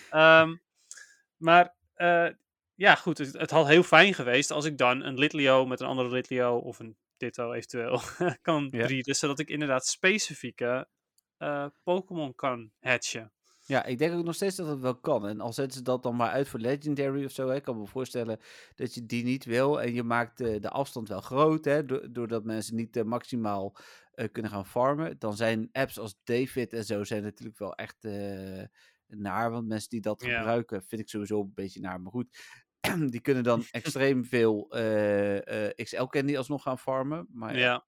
Um, maar... Uh, Ja, goed. Het, het had heel fijn geweest als ik dan een Litleo met een andere Litleo of een Ditto eventueel kan ja. breeden, zodat ik inderdaad specifieke uh, Pokémon kan hatchen. Ja, ik denk ook nog steeds dat het wel kan. En al zetten ze dat dan maar uit voor Legendary of zo, hè, ik kan me voorstellen dat je die niet wil en je maakt de, de afstand wel groot, hè, doordat mensen niet uh, maximaal uh, kunnen gaan farmen. Dan zijn apps als David en zo zijn natuurlijk wel echt uh, naar, want mensen die dat ja. gebruiken, vind ik sowieso een beetje naar, maar goed. Die kunnen dan extreem veel uh, uh, X L Candy alsnog gaan farmen. Maar ja, ja.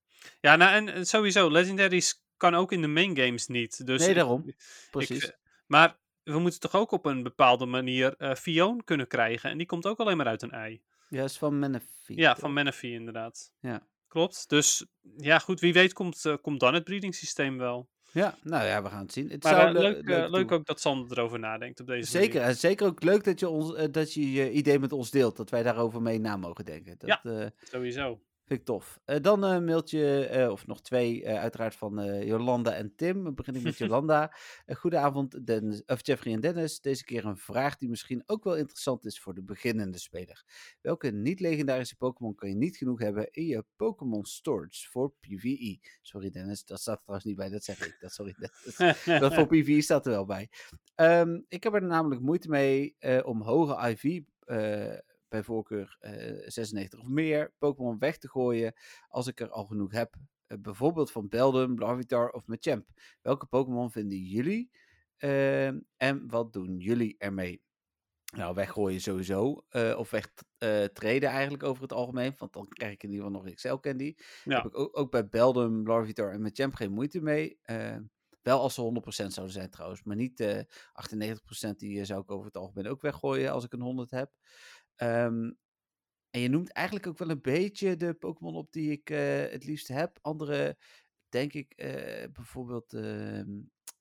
ja nou en, en sowieso, Legendaries kan ook in de main games niet. Dus nee, daarom. Ik, Precies. Ik, maar we moeten toch ook op een bepaalde manier uh, Fion kunnen krijgen. En die komt ook alleen maar uit een ei. Ja, dat is van Manaphy. Ja, van Manaphy inderdaad. Ja. Klopt. Dus ja, goed, wie weet komt, uh, komt dan het breeding systeem wel. Ja, nou ja, we gaan het zien. Het maar zou uh, le- leuk, leuk, uh, leuk ook dat Sander erover nadenkt op deze zeker, manier. En zeker ook leuk dat je, ons, uh, dat je je idee met ons deelt. Dat wij daarover mee na mogen denken. Dat, ja, uh, sowieso. Vind ik tof. Uh, dan een uh, mailtje, uh, of nog twee, uh, uiteraard van uh, Jolanda en Tim. Dan begin ik met Jolanda. Uh, goedenavond, Dennis, of Jeffrey en Dennis. Deze keer een vraag die misschien ook wel interessant is voor de beginnende speler. Welke niet-legendarische Pokémon kan je niet genoeg hebben in je Pokémon Storage voor PvE? Sorry Dennis, dat staat er trouwens niet bij, dat zeg ik. Dat, sorry, dat, dat voor PvE staat er wel bij. Um, ik heb er namelijk moeite mee uh, om hoge I V... Uh, bij voorkeur uh, zesennegentig of meer, Pokémon weg te gooien als ik er al genoeg heb. Uh, bijvoorbeeld van Beldum, Larvitar of Machamp. Welke Pokémon vinden jullie? Uh, en wat doen jullie ermee? Nou, weggooien sowieso. Uh, of wegtreden uh, eigenlijk over het algemeen. Want dan krijg ik in ieder geval nog X L Candy. Ja. Heb ik ook, ook bij Beldum, Larvitar en Machamp geen moeite mee. Uh, wel als ze honderd procent zouden zijn trouwens. Maar niet uh, achtennegentig procent die uh, zou ik over het algemeen ook weggooien als ik een honderd heb. Um, En je noemt eigenlijk ook wel een beetje de Pokémon op die ik eh, het liefst heb. Andere, denk ik, eh, bijvoorbeeld... ehm,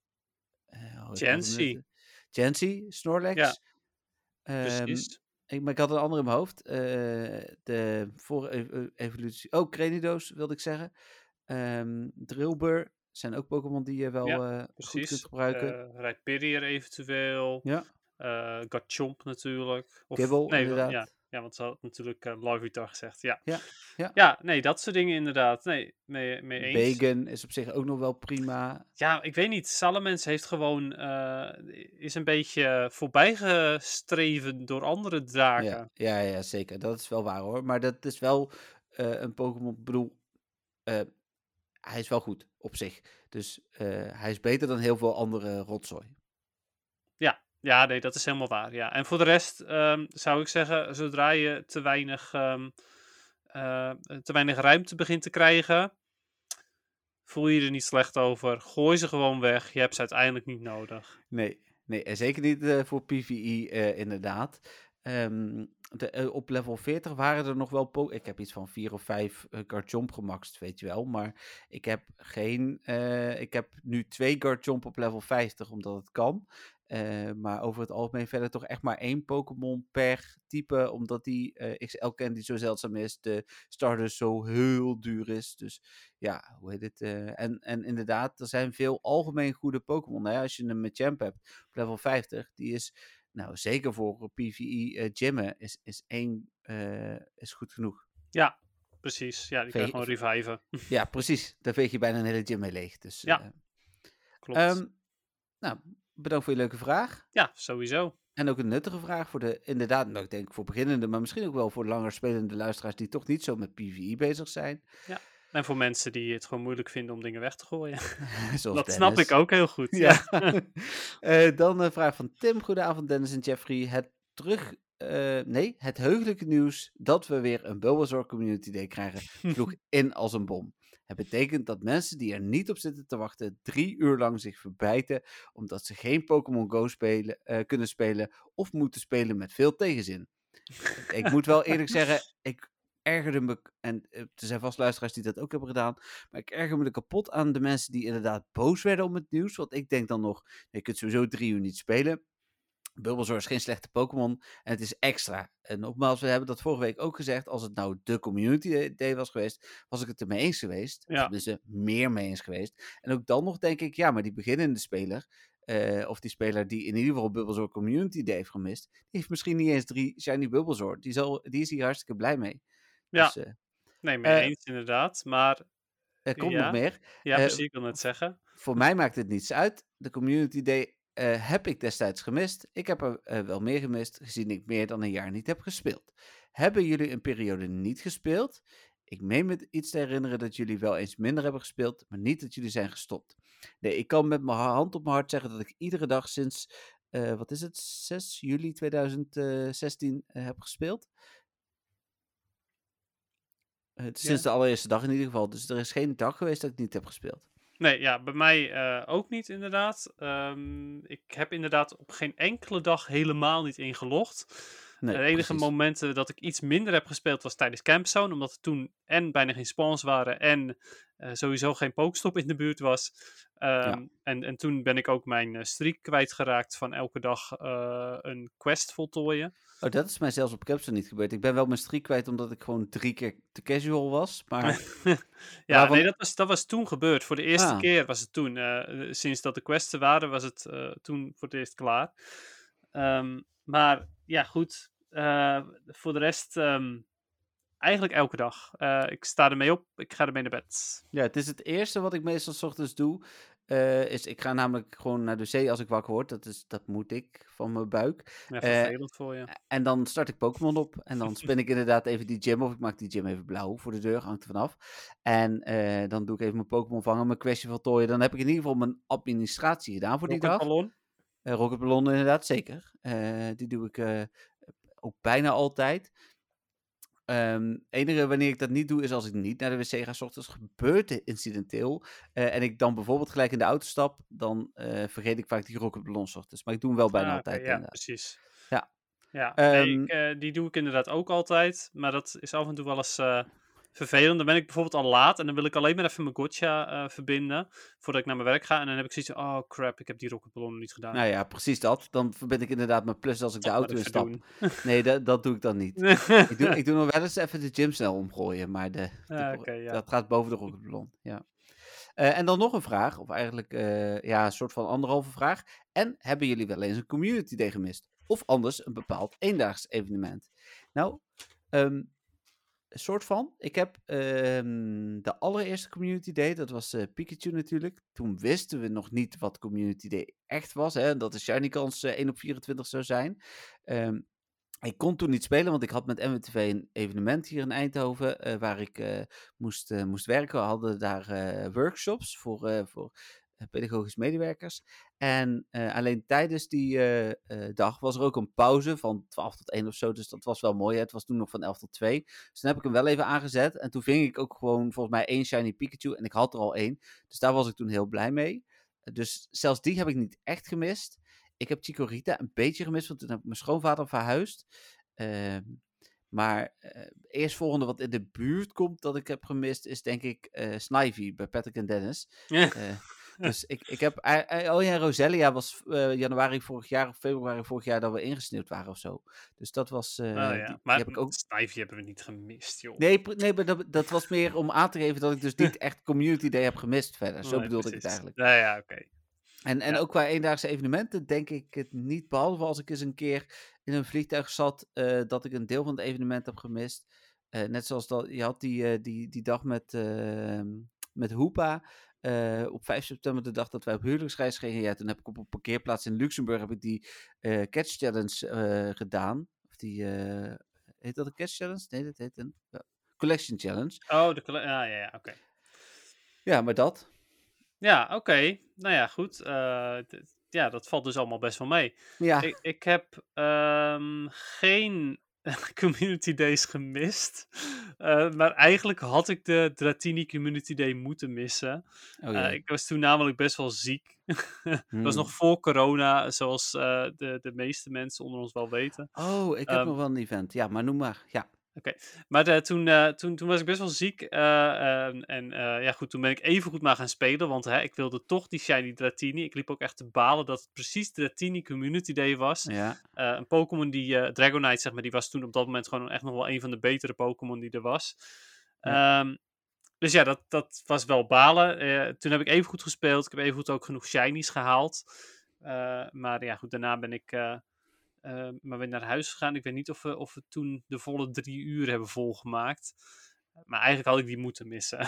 eh, oh, ik had hem net... Chansey. eh, Chansey, Ja, Snorlax. Ehm, precies. ik, maar ik had een andere in mijn hoofd. Eh, de vorige ev- eh, evolutie... Oh, Cranidos wilde ik zeggen. Ehm Drillbur zijn ook Pokémon die je wel Ja, eh, goed kunt precies. gebruiken. Eh Rhyperior eventueel. Ja, eh Garchomp natuurlijk. Of, Gibbel nee, wel- ja, inderdaad. ja, want ze had natuurlijk uh, Larvitar gezegd. Ja. Ja, ja. Ja, nee, dat soort dingen inderdaad. Nee, mee, mee eens. Bacon is op zich ook nog wel prima. Ja, ik weet niet. Salamence heeft gewoon, eh, is een beetje voorbijgestreven door andere Ja, draken. ja, ja, zeker. Dat is wel waar hoor. Maar dat is wel eh, een Pokémon. Ik bedoel, eh, hij is wel goed op zich. Dus eh, hij is beter dan heel veel andere rotzooi. Ja, ja, nee, dat is helemaal waar. Ja. En voor de rest ehm, zou ik zeggen, zodra je te weinig, ehm, eh, te weinig ruimte begint te krijgen, voel je je er niet slecht over. Gooi ze gewoon weg. Je hebt ze uiteindelijk niet nodig. Nee, nee, en zeker niet eh, voor PvE eh, inderdaad. Ehm, de, eh, op level veertig waren er nog wel... Po ik heb iets van vier of vijf uh, Garchomp gemaxt, weet je wel. Maar ik heb geen... eh, ik heb nu twee Garchomp op level vijftig, omdat het kan. Eh, maar over het algemeen verder toch echt maar één Pokémon per type. Omdat die eh, X L-candy zo zeldzaam is. De Stardust zo heel duur is. Dus ja, hoe heet het? eh, en, en inderdaad, er zijn veel algemeen goede Pokémon. Hè? Als je een Machamp hebt op level vijftig, die is, nou zeker voor PvE eh gymmen, is, is één eh, is goed genoeg. Ja, precies. Ja, die kun je Veeg- gewoon reviven. ja, precies. Daar veeg je bijna een hele gym mee leeg. Dus, Ja, eh, klopt. ehm, nou, bedankt voor je leuke vraag. Ja, sowieso. En ook een nuttige vraag voor de, inderdaad, nou, ik denk voor beginnende, maar misschien ook wel voor langer spelende luisteraars die toch niet zo met PvE bezig zijn. Ja. En voor mensen die het gewoon moeilijk vinden om dingen weg te gooien. Zoals Dat snap Dennis. ik ook heel goed. Ja. Ja. Eh, dan een vraag van Tim. Goedenavond Dennis en Jeffrey. Het terug, eh, nee, het heugelijke nieuws dat we weer een Bulbasaur Community Day krijgen, vloog in als een bom. Het betekent dat mensen die er niet op zitten te wachten drie uur lang zich verbijten omdat ze geen Pokémon Go spelen, eh, kunnen spelen of moeten spelen met veel tegenzin. Ik moet wel eerlijk zeggen, ik ergerde me, en eh, er zijn vast luisteraars die dat ook hebben gedaan, maar ik erger me er kapot aan de mensen die inderdaad boos werden om het nieuws, want ik denk dan nog, je kunt sowieso drie uur niet spelen. Bulbasaur is geen slechte Pokémon en het is extra. En nogmaals, we hebben dat vorige week ook gezegd, als het nou de Community Day was geweest, was ik het ermee eens geweest. Ja. Tenminste, meer mee eens geweest. En ook dan nog denk ik, ja, maar die beginnende speler, uh, of die speler die in ieder geval Bulbasaur Community Day heeft gemist, die heeft misschien niet eens drie Shiny Bulbasaur. Die, zal, die is hier hartstikke blij mee. Ja, Dus, uh, nee, mee uh, eens inderdaad. Maar er komt ja. nog meer. Ja, precies, uh, ik wil net zeggen. Voor mij maakt het niets uit. De Community Day uh, heb ik destijds gemist. Ik heb er uh, wel meer gemist, gezien ik meer dan een jaar niet heb gespeeld. Hebben jullie een periode niet gespeeld? Ik meen me iets te herinneren dat jullie wel eens minder hebben gespeeld, maar niet dat jullie zijn gestopt. Nee, ik kan met mijn hand op mijn hart zeggen dat ik iedere dag sinds, uh, wat is het, zes juli tweeduizend zestien uh, heb gespeeld. Uh, sinds ja. de allereerste dag in ieder geval. Dus er is geen dag geweest dat ik niet heb gespeeld. Nee, ja, bij mij uh, ook niet inderdaad. Um, ik heb inderdaad op geen enkele dag helemaal niet ingelogd. Nee, de enige precies. momenten dat ik iets minder heb gespeeld was tijdens Campzone. Omdat er toen en bijna geen spawns waren en uh, sowieso geen Pokestop in de buurt was. Um, ja. en, en toen ben ik ook mijn uh, streak kwijtgeraakt van elke dag uh, een quest voltooien. Oh, dat is mij zelfs op Campzone niet gebeurd. Ik ben wel mijn streak kwijt omdat ik gewoon drie keer te casual was. Maar... ja, waarvan... nee, dat was, dat was toen gebeurd. Voor de eerste ah. keer was het toen. Uh, sinds dat de quests waren, was het uh, toen voor het eerst klaar. Um, maar ja, goed. Uh, voor de rest, um, eigenlijk elke dag. Uh, ik sta ermee op, ik ga ermee naar bed. Ja, het is het eerste wat ik meestal 's ochtends doe. Uh, is, ik ga namelijk gewoon naar de zee als ik wakker word. Dat, is, dat moet ik van mijn buik. Ja, vervelend uh, voor je. En dan start ik Pokémon op. En dan spin ik inderdaad even die gym. Of ik maak die gym even blauw voor de deur. Hangt er vanaf. En uh, dan doe ik even mijn Pokémon vangen. Mijn questje voltooien. Dan heb ik in ieder geval mijn administratie gedaan voor die dag. Rocketballon? Uh, Rocketballon inderdaad, zeker. Uh, die doe ik uh, ook bijna altijd. Um, enige wanneer ik dat niet doe, is als ik niet naar de wc ga 's ochtends, gebeurt het incidenteel. Uh, en ik dan bijvoorbeeld gelijk in de auto stap, dan uh, vergeet ik vaak die rocketballon 's ochtends. Maar ik doe hem wel bijna ah, altijd. Okay, ja, precies. Ja. Ja, nee, Ehm, ik, eh, die doe ik inderdaad ook altijd. Maar dat is af en toe wel eens eh, vervelend. Dan ben ik bijvoorbeeld al laat en dan wil ik alleen maar even mijn gotcha eh, verbinden voordat ik naar mijn werk ga. En dan heb ik zoiets van, oh crap, ik heb die rocketballon nog niet gedaan. nou ja, precies dat. Dan verbind ik inderdaad mijn plus als ik de Toch maar auto even instap. doen. Nee, dat, dat doe ik dan niet. Ik doe, ik doe nog wel eens even de gym snel omgooien, maar de, de, Ah, oké, ja. dat gaat boven de rocketballon. Ja. Eh, en dan nog een vraag, of eigenlijk eh, ja, een soort van anderhalve vraag. En hebben jullie wel eens een community day gemist? Of anders een bepaald eendaags evenement? Nou, ehm, een soort van. Ik heb ehm, de allereerste community day, dat was eh, Pikachu natuurlijk. Toen wisten we nog niet wat community day echt was. Hè, dat de shiny kans eh, één op vierentwintig zou zijn. Ehm, ik kon toen niet spelen, want ik had met M W T V een evenement hier in Eindhoven eh, waar ik eh, moest, eh, moest werken. We hadden daar eh, workshops voor, eh, voor eh, pedagogisch medewerkers. En eh, alleen tijdens die eh, eh, dag was er ook een pauze van twaalf tot één of zo. Dus dat was wel mooi. Hè? Het was toen nog van elf tot twee. Dus toen heb ik hem wel even aangezet. En toen ving ik ook gewoon volgens mij één shiny Pikachu. En ik had er al één. Dus daar was ik toen heel blij mee. Dus zelfs die heb ik niet echt gemist. Ik heb Chikorita een beetje gemist, want toen heb ik mijn schoonvader verhuisd. Uh, maar uh, eerstvolgende wat in de buurt komt dat ik heb gemist, is denk ik uh, Snivy bij Patrick en Dennis. Uh, dus ik, ik heb... Uh, oh ja, Roselia was uh, januari vorig jaar of februari vorig jaar dat we ingesneeuwd waren of zo. Dus dat was... Uh, oh ja, die, maar die heb ik ook... Snivy hebben we niet gemist, joh. Nee, nee maar dat, dat was meer om aan te geven dat ik dus niet echt Community Day heb gemist verder. Zo nee, bedoelde precies. ik het eigenlijk. Ja, ja, oké. Okay. En, en ja. ook qua eendaagse evenementen denk ik het niet, behalve als ik eens een keer in een vliegtuig zat, uh, dat ik een deel van het evenement heb gemist. Uh, net zoals dat, je had die, uh, die, die dag met, uh, met Hoepa, uh, op vijf september, de dag dat wij op huwelijksreis gingen. Ja, toen heb ik op een parkeerplaats in Luxemburg heb ik die uh, Catch Challenge uh, gedaan. Of die, uh, heet dat een Catch Challenge? Nee, dat heet een uh, Collection Challenge. Oh, de colle- ah, ja, ja, oké. Okay. Ja, maar dat... Ja, oké. Okay. Nou ja, goed. Uh, d- ja, dat valt dus allemaal best wel mee. Ja. Ik, ik heb um, geen community days gemist. Uh, maar eigenlijk had ik de Dratini community day moeten missen. Oh, uh, ik was toen namelijk best wel ziek. Het hmm. was nog voor corona, zoals uh, de, de meeste mensen onder ons wel weten. Oh, ik heb um, nog wel een event. Ja, maar noem maar. Ja. Oké, okay. maar de, toen, uh, toen, toen was ik best wel ziek. Uh, uh, en uh, ja, goed, toen ben ik even goed maar gaan spelen. Want hè, ik wilde toch die shiny Dratini. Ik liep ook echt te balen dat het precies Dratini Community Day was. Ja. Uh, een Pokémon die, uh, Dragonite zeg maar, die was toen op dat moment gewoon echt nog wel een van de betere Pokémon die er was. Ja. Um, dus ja, dat, dat was wel balen. Uh, toen heb ik even goed gespeeld. Ik heb even goed ook genoeg shinies gehaald. Uh, maar ja, goed, daarna ben ik... Uh, Uh, maar ben naar huis gegaan. Ik weet niet of we, of we toen de volle drie uur hebben volgemaakt. Maar eigenlijk had ik die moeten missen.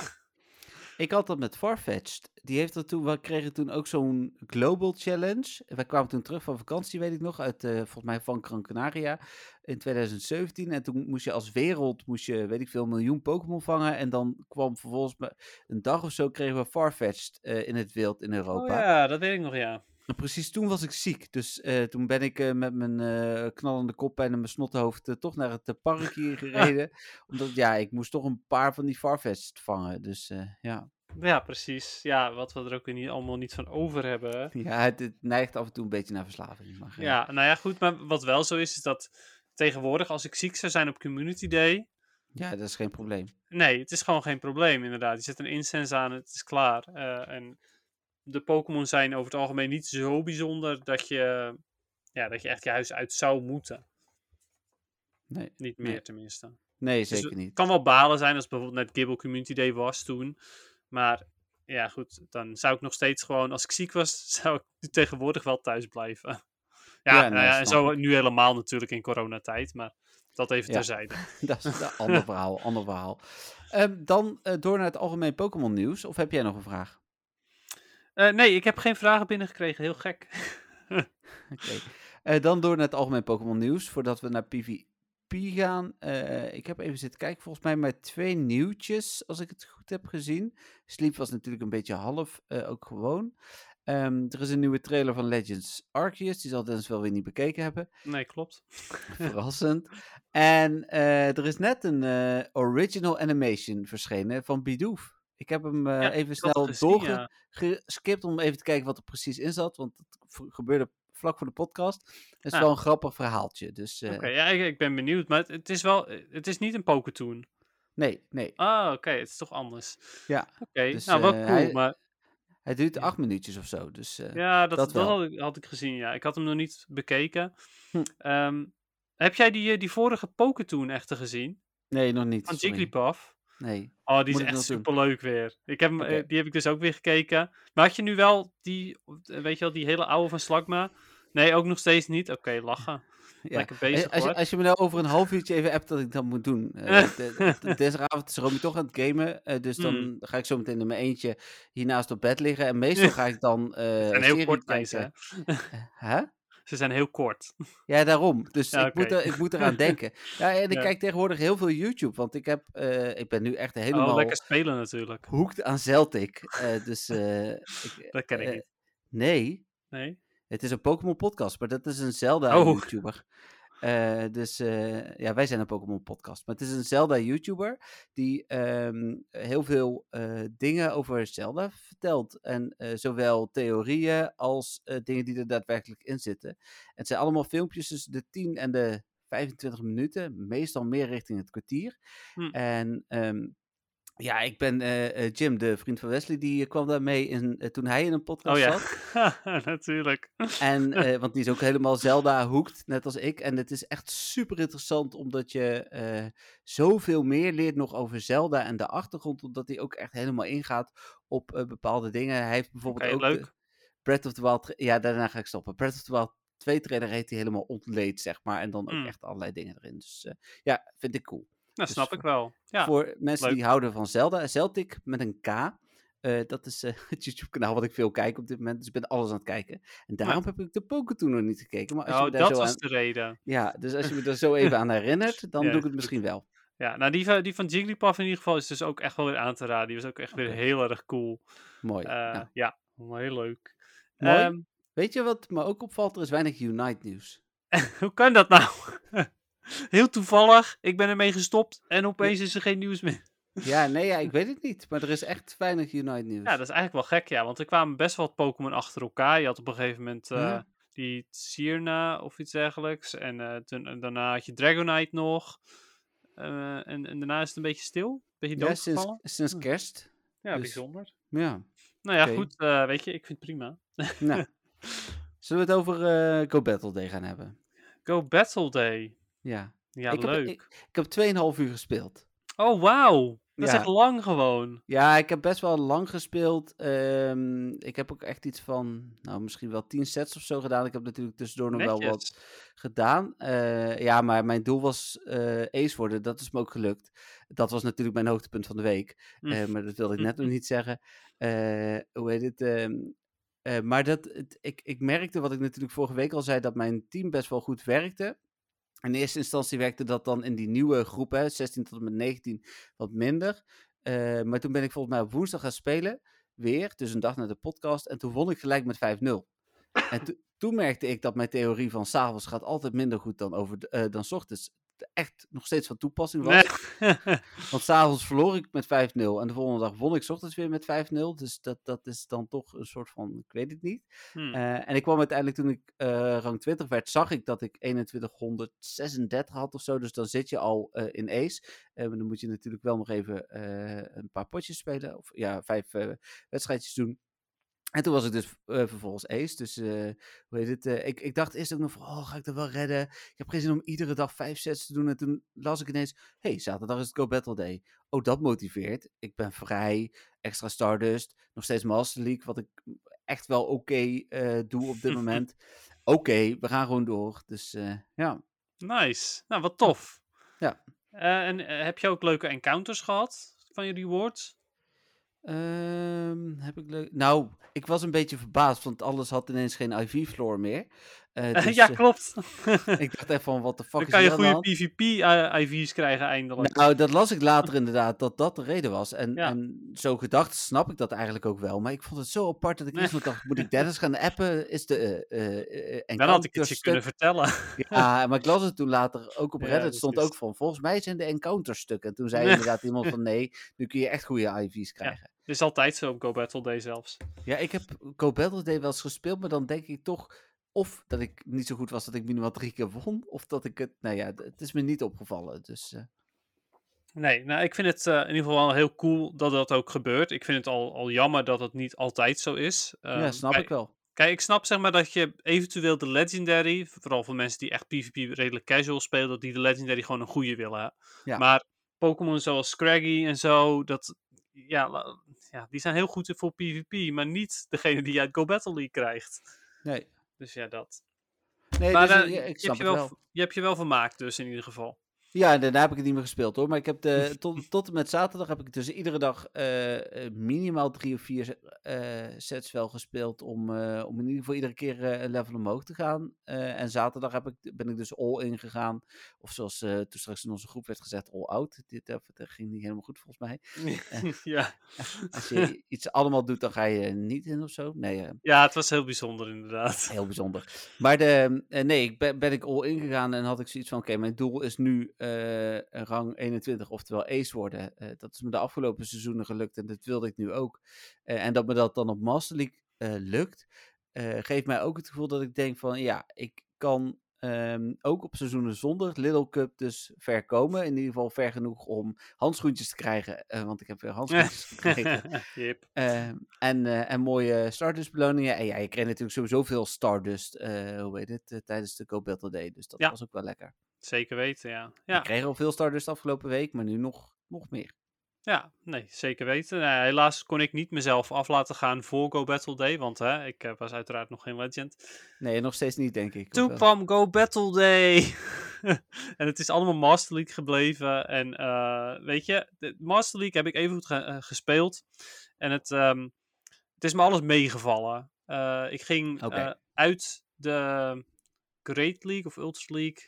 Ik had dat met Farfetch'd. Die heeft er toen, we kregen toen ook zo'n Global Challenge. Wij kwamen toen terug van vakantie, weet ik nog, uit uh, volgens mij van Gran Canaria in twintig zeventien. En toen moest je als wereld, moest je, weet ik veel, een miljoen Pokémon vangen. En dan kwam vervolgens een dag of zo kregen we Farfetch'd uh, in het wild in Europa. Oh ja, dat weet ik nog, ja. En precies toen was ik ziek, dus uh, toen ben ik uh, met mijn uh, knallende koppijn en mijn snottenhoofd uh, toch naar het uh, park hier gereden. Omdat, ja, ik moest toch een paar van die Farfetch'd vangen, dus uh, ja. Ja, precies. Ja, wat we er ook niet, allemaal niet van over hebben. Hè? Ja, het, het neigt af en toe een beetje naar verslaving. Maar, uh... Ja, nou ja, goed, maar wat wel zo is, is dat tegenwoordig als ik ziek zou zijn op Community Day... Ja, dat is geen probleem. Nee, het is gewoon geen probleem, inderdaad. Je zet een incense aan, het is klaar. Uh, en... De Pokémon zijn over het algemeen niet zo bijzonder dat je, ja, dat je echt je huis uit zou moeten. Nee. Niet meer nee. tenminste. Nee, dus zeker het niet. Het kan wel balen zijn als bijvoorbeeld net Gibble Community Day was toen. Maar ja goed, dan zou ik nog steeds gewoon, als ik ziek was, zou ik tegenwoordig wel thuis blijven. Ja, ja, nou ja en zo nu helemaal natuurlijk in coronatijd, maar dat even ja. terzijde. Dat is een ander verhaal, ander verhaal. Um, dan uh, door naar het algemeen Pokémon nieuws, of heb jij nog een vraag? Uh, nee, ik heb geen vragen binnengekregen. Heel gek. Oké. Okay. Uh, dan door naar het algemeen Pokémon nieuws. Voordat we naar P V P gaan. Uh, ik heb even zitten kijken. Volgens mij maar twee nieuwtjes. Als ik het goed heb gezien. Sleep was natuurlijk een beetje half. Uh, ook gewoon. Um, er is een nieuwe trailer van Legends Arceus. Die zal Dennis wel weer niet bekeken hebben. Nee, klopt. Verrassend. En uh, er is net een uh, original animation verschenen van Bidoof. Ik heb hem uh, ja, even snel doorgeskipt ja. om even te kijken wat er precies in zat. Want het gebeurde vlak voor de podcast. Het is Ah. wel een grappig verhaaltje. Dus, uh, Oké, ja, ik, ik ben benieuwd. Maar het, het is wel... Het is niet een Pokétoon. Nee, nee. Ah, oké. Het is toch anders. Ja. Oké, okay, Dus, nou wel uh, cool, hij, maar... Hij duurt Ja. acht minuutjes of zo. Dus, uh, ja, dat, dat, dat wel. had, ik, had ik gezien, ja. Ik had hem nog niet bekeken. Hm. Um, heb jij die, die vorige Pokétoon echter gezien? Nee, nog niet. Van sorry. Jigglypuff? Nee. Oh, die Moet is ik echt nog super leuk weer. Ik heb hem, okay. uh, die heb ik dus ook weer gekeken. Maar had je nu wel die, weet je wel, die hele oude van Slagma? Nee, ook nog steeds niet? Oké, okay, lachen. Ja. Lekker bezig, als, je, hoor. als je me nou over een half uurtje even appt dat ik dat moet doen. Uh, de, de, deze avond is Romy toch aan het gamen. Uh, dus dan mm. ga ik zo meteen in mijn eentje hiernaast op bed liggen. En meestal ga ik dan uh, Ze zijn heel kort, kijken. Uh, huh? Ze zijn heel kort. Ja, daarom. Dus ja, ik, okay. moet er, ik moet eraan denken. Ja, en ik ja. kijk tegenwoordig heel veel YouTube. Want ik, heb, uh, ik ben nu echt helemaal... Oh, lekker spelen natuurlijk. Hooked aan Celtic. Uh, dus... Uh, ik, dat ken ik uh, niet. Nee. Nee? Het is een Pokémon podcast, maar dat is een Zelda-YouTuber. Oh. Uh, dus uh, ja, wij zijn een Pokémon podcast. Maar het is een Zelda-YouTuber die um, heel veel uh, dingen over Zelda vertelt. En uh, zowel theorieën als uh, dingen die er daadwerkelijk in zitten. En het zijn allemaal filmpjes tussen de tien en de vijfentwintig minuten. Meestal meer richting het kwartier. Hm. En... Um, Ja, ik ben uh, Jim, de vriend van Wesley, die uh, kwam daarmee in, uh, toen hij in een podcast oh, ja. zat. Natuurlijk. En, uh, want die is ook helemaal Zelda-hooked, net als ik. En het is echt super interessant, omdat je uh, zoveel meer leert nog over Zelda en de achtergrond. Omdat hij ook echt helemaal ingaat op uh, bepaalde dingen. Hij heeft bijvoorbeeld okay, ook leuk. de Breath of the Wild... Ja, daarna ga ik stoppen. Breath of the Wild twee trailer heeft hij helemaal ontleed, zeg maar. En dan ook mm. echt allerlei dingen erin. Dus uh, ja, vind ik cool. Dat dus snap voor, ik wel. Ja, voor mensen leuk. die houden van Zelda, Celtic met een K. Uh, dat is uh, het YouTube-kanaal wat ik veel kijk op dit moment. Dus ik ben alles aan het kijken. En daarom ja. heb ik de Pokétoon nog niet gekeken. Maar als oh, je me daar dat zo was aan... de reden. Ja, dus als je me er zo even aan herinnert, dan ja, doe ik het goed. misschien wel. Ja, nou die van, die van Jigglypuff in ieder geval is dus ook echt wel weer aan te raden. Die was ook echt okay. weer heel erg cool. Mooi. Uh, ja. ja, heel leuk. Mooi. Um, Weet je wat me ook opvalt? Er is weinig Unite nieuws. Hoe kan dat nou? Heel toevallig. Ik ben ermee gestopt en opeens is er geen nieuws meer. Ja, nee, ja, ik weet het niet. Maar er is echt weinig Unite nieuws. Ja, dat is eigenlijk wel gek, ja. Want er kwamen best wel wat Pokémon achter elkaar. Je had op een gegeven moment uh, ja. die Sirna of iets dergelijks. En, uh, ten, en daarna had je Dragonite nog. Uh, en, en daarna is het een beetje stil. Een beetje ja, doodgevallen. sinds, sinds kerst. Ja, dus, bijzonder. Ja. Nou ja, okay. goed. Uh, weet je, ik vind het prima. Nou, zullen we het over uh, Go Battle Day gaan hebben? Go Battle Day? Ja. Ja, ik leuk. Heb, ik, ik heb tweeënhalf uur gespeeld. Oh, wauw. Dat ja. is echt lang gewoon. Ja, ik heb best wel lang gespeeld. Um, ik heb ook echt iets van, nou, misschien wel tien sets of zo gedaan. Ik heb natuurlijk tussendoor nog Netjes. wel wat gedaan. Uh, ja, maar mijn doel was uh, ace worden. Dat is me ook gelukt. Dat was natuurlijk mijn hoogtepunt van de week. Mm. Uh, maar dat wilde ik net nog niet zeggen. Uh, hoe heet het? Um, uh, maar dat, het, ik, ik merkte, wat ik natuurlijk vorige week al zei, dat mijn team best wel goed werkte. In eerste instantie werkte dat dan in die nieuwe groep, hè, zestien tot en met negentien, wat minder. Uh, maar toen ben ik volgens mij op woensdag gaan spelen, weer, dus een dag na de podcast. En toen won ik gelijk met vijf nul. En to- toen merkte ik dat mijn theorie van 's avonds gaat altijd minder goed dan, over de, uh, dan 's ochtends echt nog steeds van toepassing was. Nee. Want 's avonds verloor ik met vijf nul en de volgende dag won ik 's ochtends weer met vijf nul. Dus dat, dat is dan toch een soort van, ik weet het niet. Hmm. Uh, en ik kwam uiteindelijk, toen ik uh, rang twintig werd, zag ik dat ik eenentwintighonderdzesendertig had of zo. Dus dan zit je al uh, in ace. Uh, maar dan moet je natuurlijk wel nog even uh, een paar potjes spelen. Of ja, vijf uh, wedstrijdjes doen. En toen was ik dus uh, vervolgens ace. Dus uh, hoe heet het? Uh, ik, ik dacht eerst ook nog van, oh, ga ik dat wel redden? Ik heb geen zin om iedere dag vijf sets te doen. En toen las ik ineens, hé, hey, zaterdag is het Go Battle Day. Oh, dat motiveert. Ik ben vrij, extra Stardust, nog steeds Master League, wat ik echt wel oké okay, uh, doe op dit moment. Oké, okay, we gaan gewoon door. Dus uh, ja. Nice. Nou, wat tof. Ja. Uh, en uh, heb je ook leuke encounters gehad van je rewards? Um, heb ik leuk... Nou, ik was een beetje verbaasd, want alles had ineens geen I V-floor meer. Uh, dus, ja, klopt. Uh, ik dacht echt van, wat de fuck Dan is kan je goede PvP-I P V P-I V's krijgen eindelijk. Nou, dat las ik later inderdaad, dat dat de reden was. En, ja. en zo gedacht snap ik dat eigenlijk ook wel. Maar ik vond het zo apart dat ik eerst nog dacht, moet ik Dennis gaan appen? Is de uh, uh, Dan had ik het je kunnen vertellen. Ja, maar ik las het toen later ook op Reddit. Ja, stond is... ook van, volgens mij zijn de encounterstukken. En toen zei inderdaad iemand van, nee, nu kun je echt goede I V's krijgen. Ja. Het is altijd zo op Go Battle Day zelfs. Ja, ik heb Go Battle Day wel eens gespeeld, maar dan denk ik toch of dat ik niet zo goed was dat ik minimaal drie keer won. Of dat ik het... Nou ja, d- het is me niet opgevallen. Dus eh, Nee, nou, ik vind het eh, in ieder geval wel heel cool dat dat ook gebeurt. Ik vind het al, al jammer dat het niet altijd zo is. ja, Ehm, snap kijk, ik wel. kijk, ik snap zeg maar dat je eventueel de Legendary, vooral voor mensen die echt PvP redelijk casual spelen, dat die de Legendary gewoon een goede willen. Hè? Ja. Maar Pokémon zoals Scraggy en zo, dat, ja, la- ja, die zijn heel goed voor PvP, maar niet degene die je uit Go Battle League krijgt. Nee, Dus ja, dat. nee Maar dus, eh, eh, ja, je, ik je hebt snap je, het wel, wel. je hebt je wel vermaakt dus in ieder geval. Ja, en daarna heb ik het niet meer gespeeld hoor. Maar ik heb de, tot, tot en met zaterdag heb ik dus iedere dag eh, eh, minimaal drie of vier eh, sets wel gespeeld. Om, eh, om in ieder geval iedere keer eh, een level omhoog te gaan. Eh, en zaterdag heb ik, ben ik dus all in gegaan. Of zoals eh, toen straks in onze groep werd gezegd, all out. Dit eh, dat ging niet helemaal goed volgens mij. Eh, ja. Als je iets allemaal doet, dan ga je niet in of zo. Nee, eh, ja, het was heel bijzonder inderdaad. heel bijzonder. Maar de, eh, nee, ik ben, ben ik all in gegaan en had ik zoiets van, oké, mijn doel is nu eh, rang eenentwintig, oftewel ace worden. Eh, dat is me de afgelopen seizoenen gelukt en dat wilde ik nu ook. Eh, en dat me dat dan op Master League eh, lukt, eh, geeft mij ook het gevoel dat ik denk van, ja, ik kan ehm, ook op seizoenen zonder Little Cup dus ver komen. In ieder geval ver genoeg om handschoentjes te krijgen, eh, want ik heb weer handschoentjes gekregen. Yep. Uh, en, uh, en mooie Stardust beloningen. En ja, je kreeg natuurlijk sowieso veel Stardust, uh, hoe heet het, uh, tijdens de Go Battle Day. Dus dat ja. was ook wel lekker. Zeker weten, ja. ja. Ik kreeg al veel Stardust afgelopen week, maar nu nog, nog meer. Ja, nee, zeker weten. Nou, helaas kon ik niet mezelf af laten gaan voor Go Battle Day, want hè, ik uh, was uiteraard nog geen legend. Nee, nog steeds niet, denk ik. Toen kwam Go Battle Day! En het is allemaal Master League gebleven. En uh, weet je, de Master League heb ik even goed ge- uh, gespeeld. En het, um, het is me alles meegevallen. Uh, ik ging okay. uh, uit de Great League of Ultra League.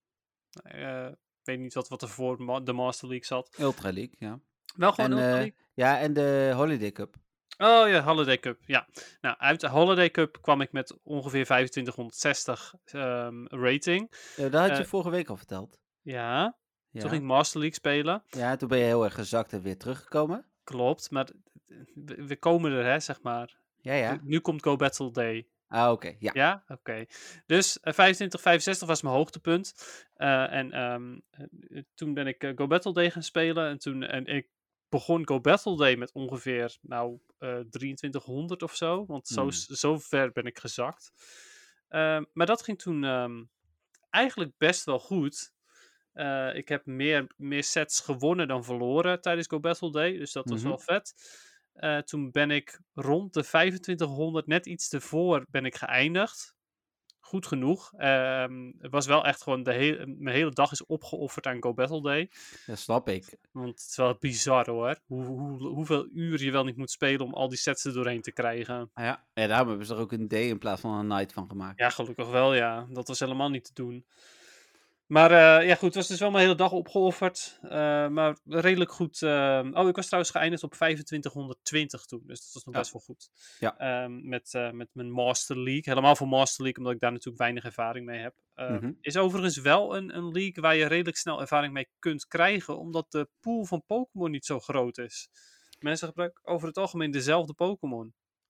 Uh, ik weet niet wat, wat er voor ma- de Master League zat. Ultra League, ja. Wel gewoon en, Ultra uh, League? Ja, en de Holiday Cup. Oh ja, Holiday Cup, ja. Nou, uit de Holiday Cup kwam ik met ongeveer vijfentwintighonderdzestig um, rating. Ja, dat had je uh, vorige week al verteld. Ja, ja, toen ging ik Master League spelen. Ja, toen ben je heel erg gezakt en weer teruggekomen. Klopt, maar we, we komen er, hè, zeg maar. Ja, ja. Nu komt Go Battle Day. Ah, oké, okay, ja. Ja, oké. Okay. Dus uh, vijfentwintig vijfenzestig was mijn hoogtepunt. Uh, en um, uh, toen ben ik uh, Go Battle Day gaan spelen. En toen en ik begon Go Battle Day met ongeveer nou, uh, drieëntwintighonderd of zo. Want Hmm. zo, zo ver ben ik gezakt. Uh, maar dat ging toen um, eigenlijk best wel goed. Uh, ik heb meer, meer sets gewonnen dan verloren tijdens Go Battle Day. Dus dat was mm-hmm. wel vet. Uh, toen ben ik rond de vijfentwintighonderd, net iets ervoor, ben ik geëindigd. Goed genoeg. Um, het was wel echt gewoon, de hele, mijn hele dag is opgeofferd aan Go Battle Day. Dat snap ik. Want het is wel bizar hoor. Hoe, hoe, hoeveel uur je wel niet moet spelen om al die sets er doorheen te krijgen. Ja, ja daarom hebben ze er ook een day in plaats van een night van gemaakt. Ja, gelukkig wel ja. Dat was helemaal niet te doen. Maar uh, ja goed, het was dus wel mijn hele dag opgeofferd. Uh, maar redelijk goed. Uh... Oh, ik was trouwens geëindigd op vijfentwintighonderdtwintig toen. Dus dat was nog ja. best wel goed. Ja. Uh, met, uh, met mijn Master League. Helemaal voor Master League, omdat ik daar natuurlijk weinig ervaring mee heb. Uh, mm-hmm. Is overigens wel een, een league waar je redelijk snel ervaring mee kunt krijgen. Omdat de pool van Pokémon niet zo groot is. Mensen gebruiken over het algemeen dezelfde Pokémon.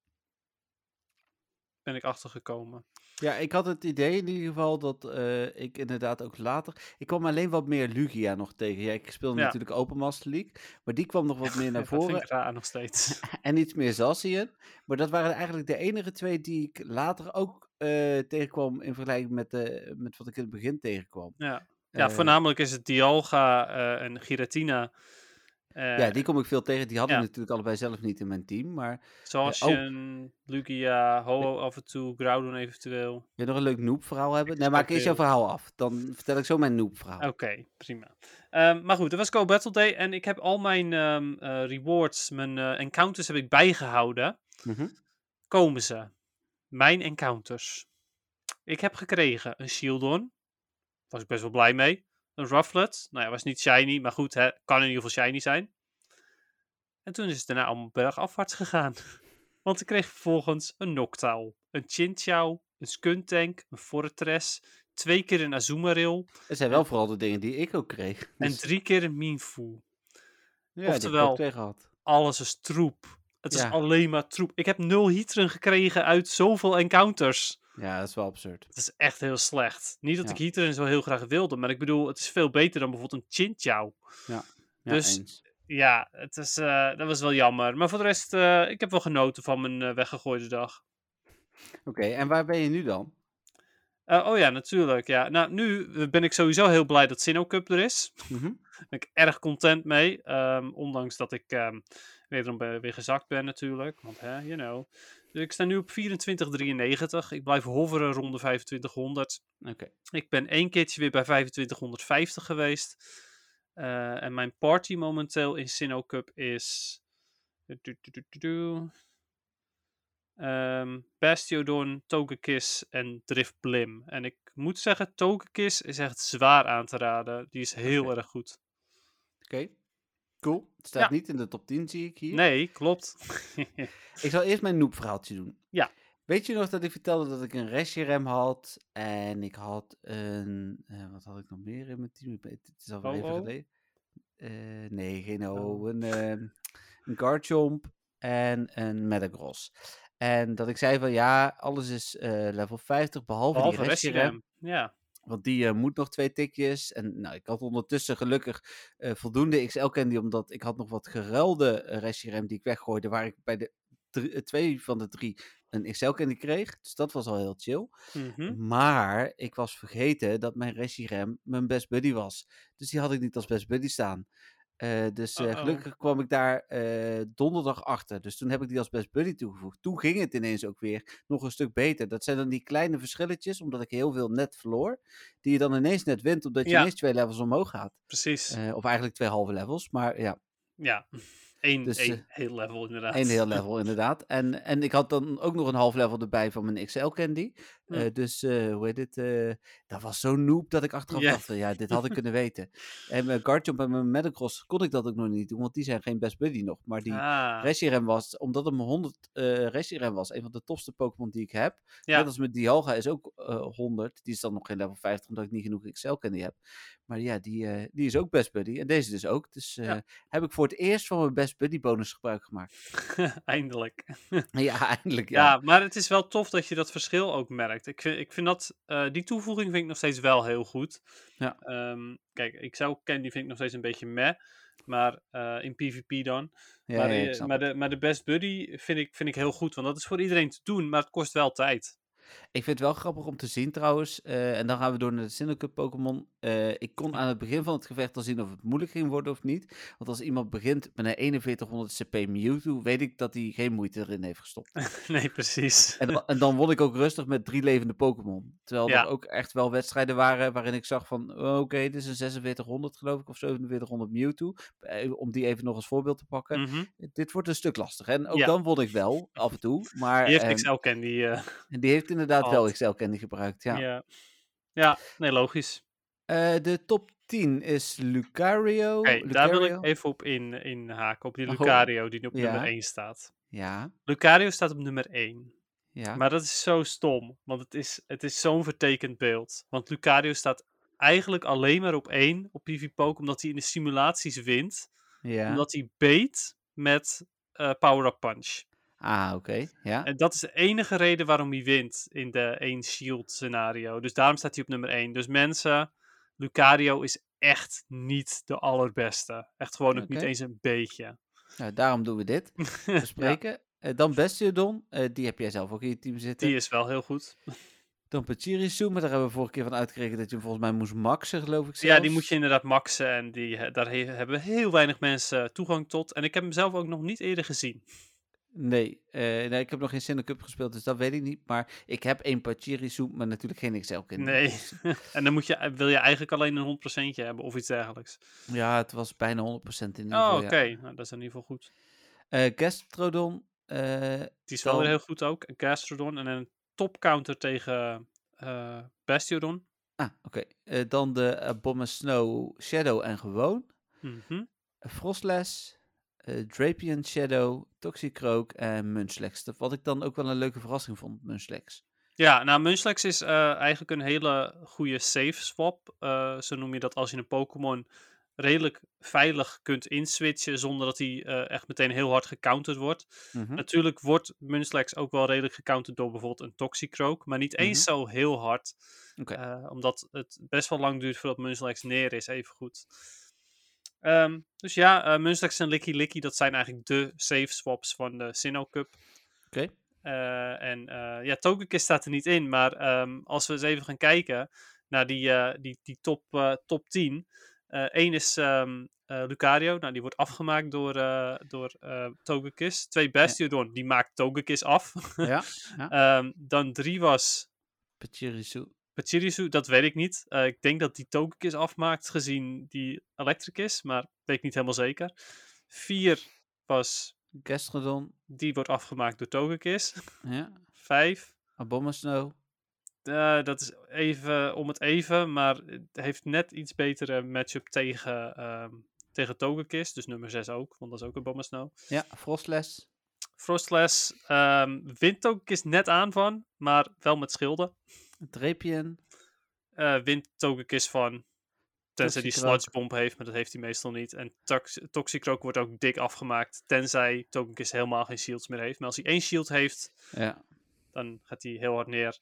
Ben ik achtergekomen. Ja, ik had het idee in ieder geval dat uh, ik inderdaad ook later... Ik kwam alleen wat meer Lugia nog tegen. Ja, ik speelde ja. natuurlijk Open Master League, maar die kwam nog wat meer naar ja, voren. Dat vind ik raar nog steeds. En iets meer Zacian. Maar dat waren eigenlijk de enige twee die ik later ook uh, tegenkwam in vergelijking met, uh, met wat ik in het begin tegenkwam. Ja, ja uh, voornamelijk is het Dialga uh, en Giratina. Uh, ja, die kom ik veel tegen. Die had ja. ik natuurlijk allebei zelf niet in mijn team, maar... Zacian, uh, oh. Lugia, Ho-Oh af en toe, Groudon eventueel. Wil je nog een leuk noob-verhaal hebben? Nee, maak eerst jouw verhaal af. Dan vertel ik zo mijn noob-verhaal. Oké, okay, prima. Um, maar goed, dat was Go Battle Day en ik heb al mijn um, uh, rewards, mijn uh, encounters heb ik bijgehouden. Mm-hmm. Komen ze. Mijn encounters. Ik heb gekregen een Shieldon. Was ik best wel blij mee. Een Rufflet. Nou ja, was niet shiny, maar goed, hè, kan in ieder geval shiny zijn. En toen is het daarna allemaal bergafwaarts gegaan. Want ik kreeg vervolgens een Noctowl, een Chinchou, een Skuntank, een Fortress, twee keer een Azumarill. Dat zijn wel en, vooral de dingen die ik ook kreeg. En dus... drie keer een Mienfoo. Ja, oftewel, die gehad. alles is troep. Het ja. is alleen maar troep. Ik heb nul hiteren gekregen uit zoveel encounters. Ja, dat is wel absurd. Het is echt heel slecht. Niet dat Ja. ik Heatran zo heel graag wilde, maar ik bedoel, het is veel beter dan bijvoorbeeld een Chinchou. Ja, ja Dus eens. ja, het is, eh, dat was wel jammer. Maar voor de rest, eh, ik heb wel genoten van mijn eh, weggegooide dag. Oké, okay, en waar ben je nu dan? Uh, oh ja, natuurlijk. Ja. Nou, nu ben ik sowieso heel blij dat Sinnoh Cup er is. Mm-hmm. Daar ben ik erg content mee. Um, ondanks dat ik um, wederom be- weer gezakt ben natuurlijk. Want hè, you know. Dus ik sta nu op vierentwintig drieënnegentig. Ik blijf hoveren rond de vijfentwintighonderd. Okay. Ik ben één keertje weer bij vijfentwintighonderdvijftig geweest. Uh, en mijn party momenteel in Sinnoh Cup is... Um, Bastiodon, Togekiss en Drifblim. En ik moet zeggen, Togekiss is echt zwaar aan te raden. Die is heel okay. erg goed. Oké, okay. Cool. Het staat ja. niet in de top tien, zie ik hier. Nee, klopt. Ik zal eerst mijn noob verhaaltje doen. Ja. Weet je nog dat ik vertelde dat ik een Reshiram had en ik had een... Uh, wat had ik nog meer in mijn team? Het is alweer oh, even oh. geleden. Uh, nee, geen O. Oh. Een, uh, een Garchomp en een Metagross. En dat ik zei van ja, alles is uh, level vijftig, behalve, behalve die Reshiram. Ja. Want die uh, moet nog twee tikjes. En nou, ik had ondertussen gelukkig uh, voldoende X L-candy, omdat ik had nog wat geruilde uh, Reshiram die ik weggooide, waar ik bij de drie, uh, twee van de drie een X L-candy kreeg. Dus dat was al heel chill. Mm-hmm. Maar ik was vergeten dat mijn Reshiram mijn best buddy was. Dus die had ik niet als best buddy staan. Uh, dus uh, gelukkig kwam ik daar uh, donderdag achter. Dus toen heb ik die als best buddy toegevoegd. Toen ging het ineens ook weer nog een stuk beter. Dat zijn dan die kleine verschilletjes, omdat ik heel veel net verloor, die je dan ineens net wint, omdat je ja. ineens twee levels omhoog gaat. Precies. Uh, of eigenlijk twee halve levels, maar ja. Ja, één, dus, één uh, heel level inderdaad. Eén heel level inderdaad. En, en ik had dan ook nog een half level erbij van mijn X L-candy. Uh, hm. Dus, uh, hoe heet het? Uh, dat was zo noob dat ik achteraf yeah. dacht, ja, dit had ik kunnen weten. En mijn Garchomp en mijn Metagross kon ik dat ook nog niet doen, want die zijn geen best buddy nog. Maar die ah. Reshiram was, omdat het mijn honderd uh, Reshiram was, een van de tofste Pokémon die ik heb. Ja. Net als met Dialga is ook uh, honderd. Die is dan nog geen level vijftig, omdat ik niet genoeg X L-candy heb. Maar ja, die, uh, die is ook best buddy. En deze dus ook. Dus uh, ja. heb ik voor het eerst van mijn best buddy bonus gebruik gemaakt. Eindelijk. Ja, eindelijk. Ja. ja, maar het is wel tof dat je dat verschil ook merkt. Ik vind, ik vind dat, uh, die toevoeging vind ik nog steeds wel heel goed. Ja. Um, kijk, ik zou Candy vind ik nog steeds een beetje meh. Maar uh, in PvP dan. Ja, maar, ja, uh, maar, de, maar de best buddy vind ik, vind ik heel goed. Want dat is voor iedereen te doen, maar het kost wel tijd. Ik vind het wel grappig om te zien trouwens. Uh, en dan gaan we door naar de Sinnoh Cup Pokémon. Uh, ik kon aan het begin van het gevecht al zien of het moeilijk ging worden of niet. Want als iemand begint met een eenenveertighonderd C P Mewtwo, weet ik dat hij geen moeite erin heeft gestopt. Nee, precies. En, en dan won ik ook rustig met drie levende Pokémon. Terwijl ja. er ook echt wel wedstrijden waren waarin ik zag van, oh, oké, okay, dit is een zesenveertighonderd geloof ik, of zevenenveertighonderd Mewtwo. Om die even nog als voorbeeld te pakken. Mm-hmm. Dit wordt een stuk lastig. En ook ja. dan won ik wel, af en toe. Maar, die heeft um, X L-candy. Uh... En die heeft inderdaad oh. wel X L-candy gebruikt, ja. Ja, ja nee, logisch. Uh, de top tien is Lucario. Okay, Lucario. Daar wil ik even op in, in haken, op die Lucario die nu op ja. nummer één staat. Ja. Lucario staat op nummer één. Ja. Maar dat is zo stom, want het is, het is zo'n vertekend beeld. Want Lucario staat eigenlijk alleen maar op één op PvPoke, omdat hij in de simulaties wint. Ja. Omdat hij beet met uh, Power-Up Punch. Ah, oké. Okay. Ja. En dat is de enige reden waarom hij wint in de één shield scenario. Dus daarom staat hij op nummer één. Dus mensen, Lucario is echt niet de allerbeste. Echt gewoon ook okay. niet eens een beetje. Nou, daarom doen we dit. Bespreken. ja. uh, dan Bastiodon. Uh, die heb jij zelf ook in je team zitten. Die is wel heel goed. Dan Pachirisu, maar daar hebben we vorige keer van uitgerekend dat je hem volgens mij moest maxen, geloof ik zelfs. Ja, die moet je inderdaad maxen en die, daar he- hebben heel weinig mensen toegang tot. En ik heb hem zelf ook nog niet eerder gezien. Nee, uh, nee, ik heb nog geen Sinnoh Cup gespeeld, dus dat weet ik niet. Maar ik heb één Pachirisu, maar natuurlijk geen X L-kind. Nee, en dan moet je, wil je eigenlijk alleen een honderd procent hebben of iets dergelijks. Ja, het was bijna honderd procent in ieder geval. Oh, oké. Okay. Ja. Nou, dat is in ieder geval goed. Uh, Gastrodon. Uh, Die is dan... wel weer heel goed ook. Gastrodon en een topcounter tegen uh, Bastiodon. Ah, oké. Okay. Uh, dan de uh, Bomber Snow, Shadow en gewoon. Mm-hmm. Frostlass. Uh, Drapion Shadow, Toxicroak en Munchlax. Wat ik dan ook wel een leuke verrassing vond, Munchlax. Ja, nou Munchlax is uh, eigenlijk een hele goede safe swap. Uh, zo noem je dat als je een Pokémon redelijk veilig kunt inswitchen zonder dat hij uh, echt meteen heel hard gecounterd wordt. Mhm. Natuurlijk wordt Munchlax ook wel redelijk gecounterd door bijvoorbeeld een Toxicroak, maar niet eens Mhm. zo heel hard. Oké. Uh, omdat het best wel lang duurt voordat Munchlax neer is, even goed. Um, dus ja, uh, Munchlax en Licky Licky, dat zijn eigenlijk de safe swaps van de Sinnoh Cup. Oké. Okay. Uh, en uh, ja, Togekiss staat er niet in, maar um, als we eens even gaan kijken naar die, uh, die, die top, uh, top tien. Eén uh, is um, uh, Lucario, nou die wordt afgemaakt door, uh, door uh, Togekiss. Twee Bastiodon, ja. Die maakt Togekiss af. Ja. Ja. um, dan drie was Pachirisu. Pachirisu, dat weet ik niet. Uh, ik denk dat die Togekiss afmaakt gezien die Electricus, maar weet ik niet helemaal zeker. Vier was Gastrodon. Die wordt afgemaakt door Togekiss. Ja. Vijf. Abomasnow. Uh, dat is even om het even, maar het heeft net iets betere matchup tegen, um, tegen Togekiss. Dus nummer zes ook, want dat is ook een Abomasnow. Ja, Frostlass. Frostlass um, wint Togekiss net aan van, maar wel met schilden. Drapion. Uh, wint Togekiss van, tenzij die Toxicroak. Sludge Bomb heeft, maar dat heeft hij meestal niet. En Tox- Toxicroak wordt ook dik afgemaakt, tenzij Togekiss helemaal geen shields meer heeft. Maar als hij één shield heeft, ja. dan gaat hij heel hard neer.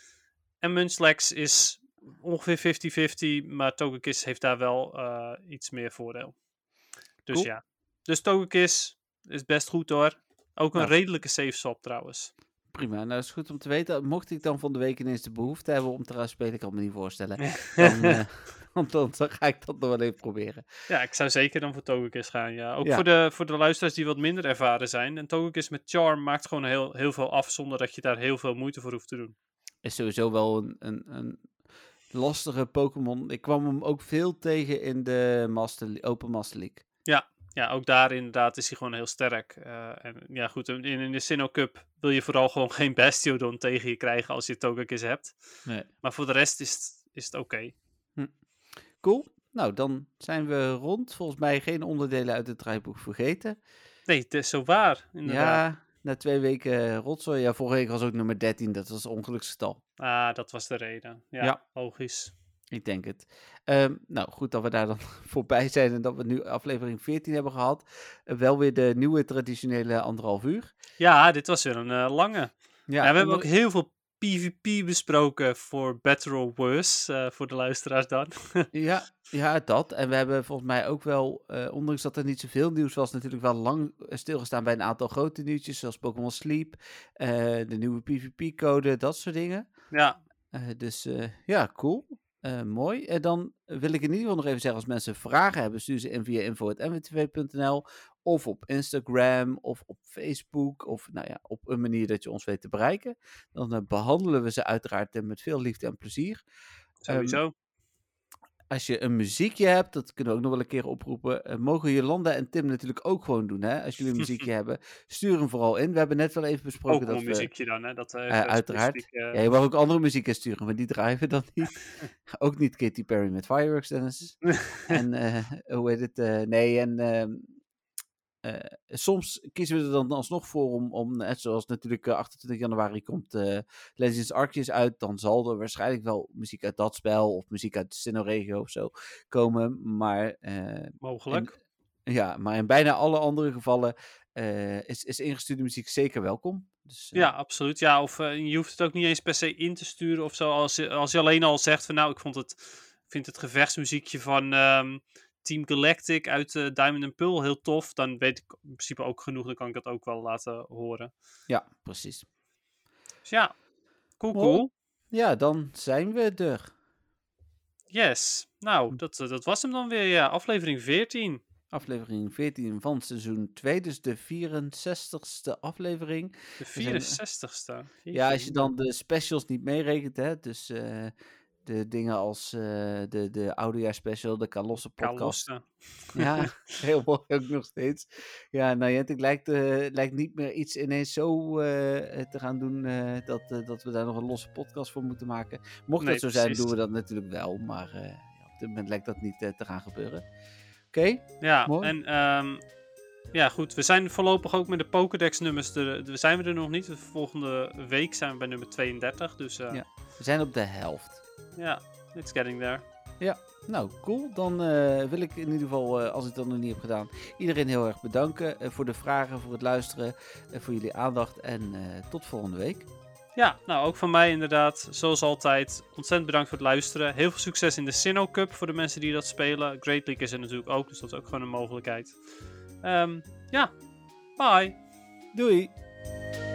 En Munchlax is ongeveer vijftig vijftig, maar Togekiss heeft daar wel uh, iets meer voordeel. Dus cool. ja. Dus Togekiss is best goed hoor. Ook een nou. redelijke safe swap trouwens. Prima, nou dat is goed om te weten. Mocht ik dan van de week ineens de behoefte hebben om te gaan spelen, ik kan me niet voorstellen. Dan, uh, want dan, dan ga ik dat nog wel even proberen. Ja, ik zou zeker dan voor Togekiss gaan, ja. Ook ja. voor, de, voor de luisteraars die wat minder ervaren zijn. En Togekiss met Charm maakt gewoon heel, heel veel af, zonder dat je daar heel veel moeite voor hoeft te doen. Is sowieso wel een, een, een lastige Pokémon. Ik kwam hem ook veel tegen in de Master, Open Master League. Ja, ja, ook daar inderdaad is hij gewoon heel sterk. Uh, en ja, goed, in, in de Sinnoh Cup wil je vooral gewoon geen Bastiodon tegen je krijgen als je Togekiss hebt. Nee. Maar voor de rest is het, is het oké. Okay. Hm. Cool. Nou, dan zijn we rond. Volgens mij geen onderdelen uit het draaiboek vergeten. Nee, het is zo waar, inderdaad. Ja, na twee weken rotzooi. Ja, vorige week was ook nummer dertien. Dat was het ongeluksgetal. Ah, dat was de reden. Ja, ja. Logisch. Ik denk het. Um, nou, goed dat we daar dan voorbij zijn en dat we nu aflevering veertien hebben gehad. Uh, wel weer de nieuwe traditionele anderhalf uur. Ja, dit was weer een uh, lange. Ja, ja, we onder... hebben ook heel veel PvP besproken voor Better or Worse, uh, voor de luisteraars dan. ja, ja, dat. En we hebben volgens mij ook wel, uh, ondanks dat er niet zoveel nieuws was, natuurlijk wel lang stilgestaan bij een aantal grote nieuwtjes, zoals Pokémon Sleep, uh, de nieuwe PvP-code, dat soort dingen. Ja. Uh, dus uh, ja, cool. Uh, mooi. En dan wil ik in ieder geval nog even zeggen, als mensen vragen hebben, stuur ze in via info at m w t v punt n l of op Instagram of op Facebook of nou ja, op een manier dat je ons weet te bereiken. Dan uh, behandelen we ze uiteraard uh, met veel liefde en plezier. Sowieso. Um, als je een muziekje hebt, dat kunnen we ook nog wel een keer oproepen, uh, mogen Jolanda en Tim natuurlijk ook gewoon doen. Hè? Als jullie een muziekje hebben, stuur hem vooral in. We hebben net wel even besproken ook dat een we... muziekje dan, hè? Dat, uh, uh, uiteraard. Specifiek, uh... Ja, je mag ook andere muziek insturen, maar die draaien we dan niet. Ook niet Katy Perry met Fireworks, Dennis. en uh, hoe heet het? Uh, nee, en... Uh, Uh, soms kiezen we er dan alsnog voor om, om net zoals natuurlijk uh, achtentwintig januari komt uh, Legends Arceus uit, dan zal er waarschijnlijk wel muziek uit dat spel of muziek uit de Sinnoh regio of zo komen, maar uh, mogelijk. In, ja, maar in bijna alle andere gevallen uh, is, is ingestuurde muziek zeker welkom. Dus, uh, ja, absoluut. Ja, of uh, je hoeft het ook niet eens per se in te sturen of zo, als, als je alleen al zegt van nou, ik vond het, vind het gevechtsmuziekje van um, Team Galactic uit uh, Diamond and Pearl heel tof, dan weet ik in principe ook genoeg, dan kan ik dat ook wel laten horen. Ja, precies. Dus ja, cool, cool. Ja, dan zijn we er. Yes. Nou, dat, dat was hem dan weer, ja. Aflevering veertien. Aflevering veertien van seizoen twee, dus de vierenzestigste aflevering. De vierenzestigste? Ja, als je dan de specials niet meerekent, hè, dus uh, de dingen als uh, de, de oudejaarspecial, de Kalosse podcast. Kalosse. Ja, heel mooi ook nog steeds. Ja, nou Jentik lijkt, uh, lijkt niet meer iets ineens zo uh, te gaan doen uh, dat, uh, dat we daar nog een losse podcast voor moeten maken. Mocht nee, dat zo precies. zijn, doen we dat natuurlijk wel, maar uh, op dit moment lijkt dat niet uh, te gaan gebeuren. Oké, okay, ja, mooi. En um, ja, goed, we zijn voorlopig ook met de Pokédex-nummers, de, de, zijn we er nog niet. De volgende week zijn we bij nummer tweeëndertig, dus... Uh, ja, we zijn op de helft. Ja, it's getting there. Ja, nou cool. Dan uh, wil ik in ieder geval, uh, als ik dat nog niet heb gedaan, iedereen heel erg bedanken uh, voor de vragen, voor het luisteren, uh, voor jullie aandacht en uh, tot volgende week. Ja, nou ook van mij inderdaad, zoals altijd, ontzettend bedankt voor het luisteren. Heel veel succes in de Sinnoh Cup voor de mensen die dat spelen. Great League is er natuurlijk ook, dus dat is ook gewoon een mogelijkheid. Um, ja, bye! Doei!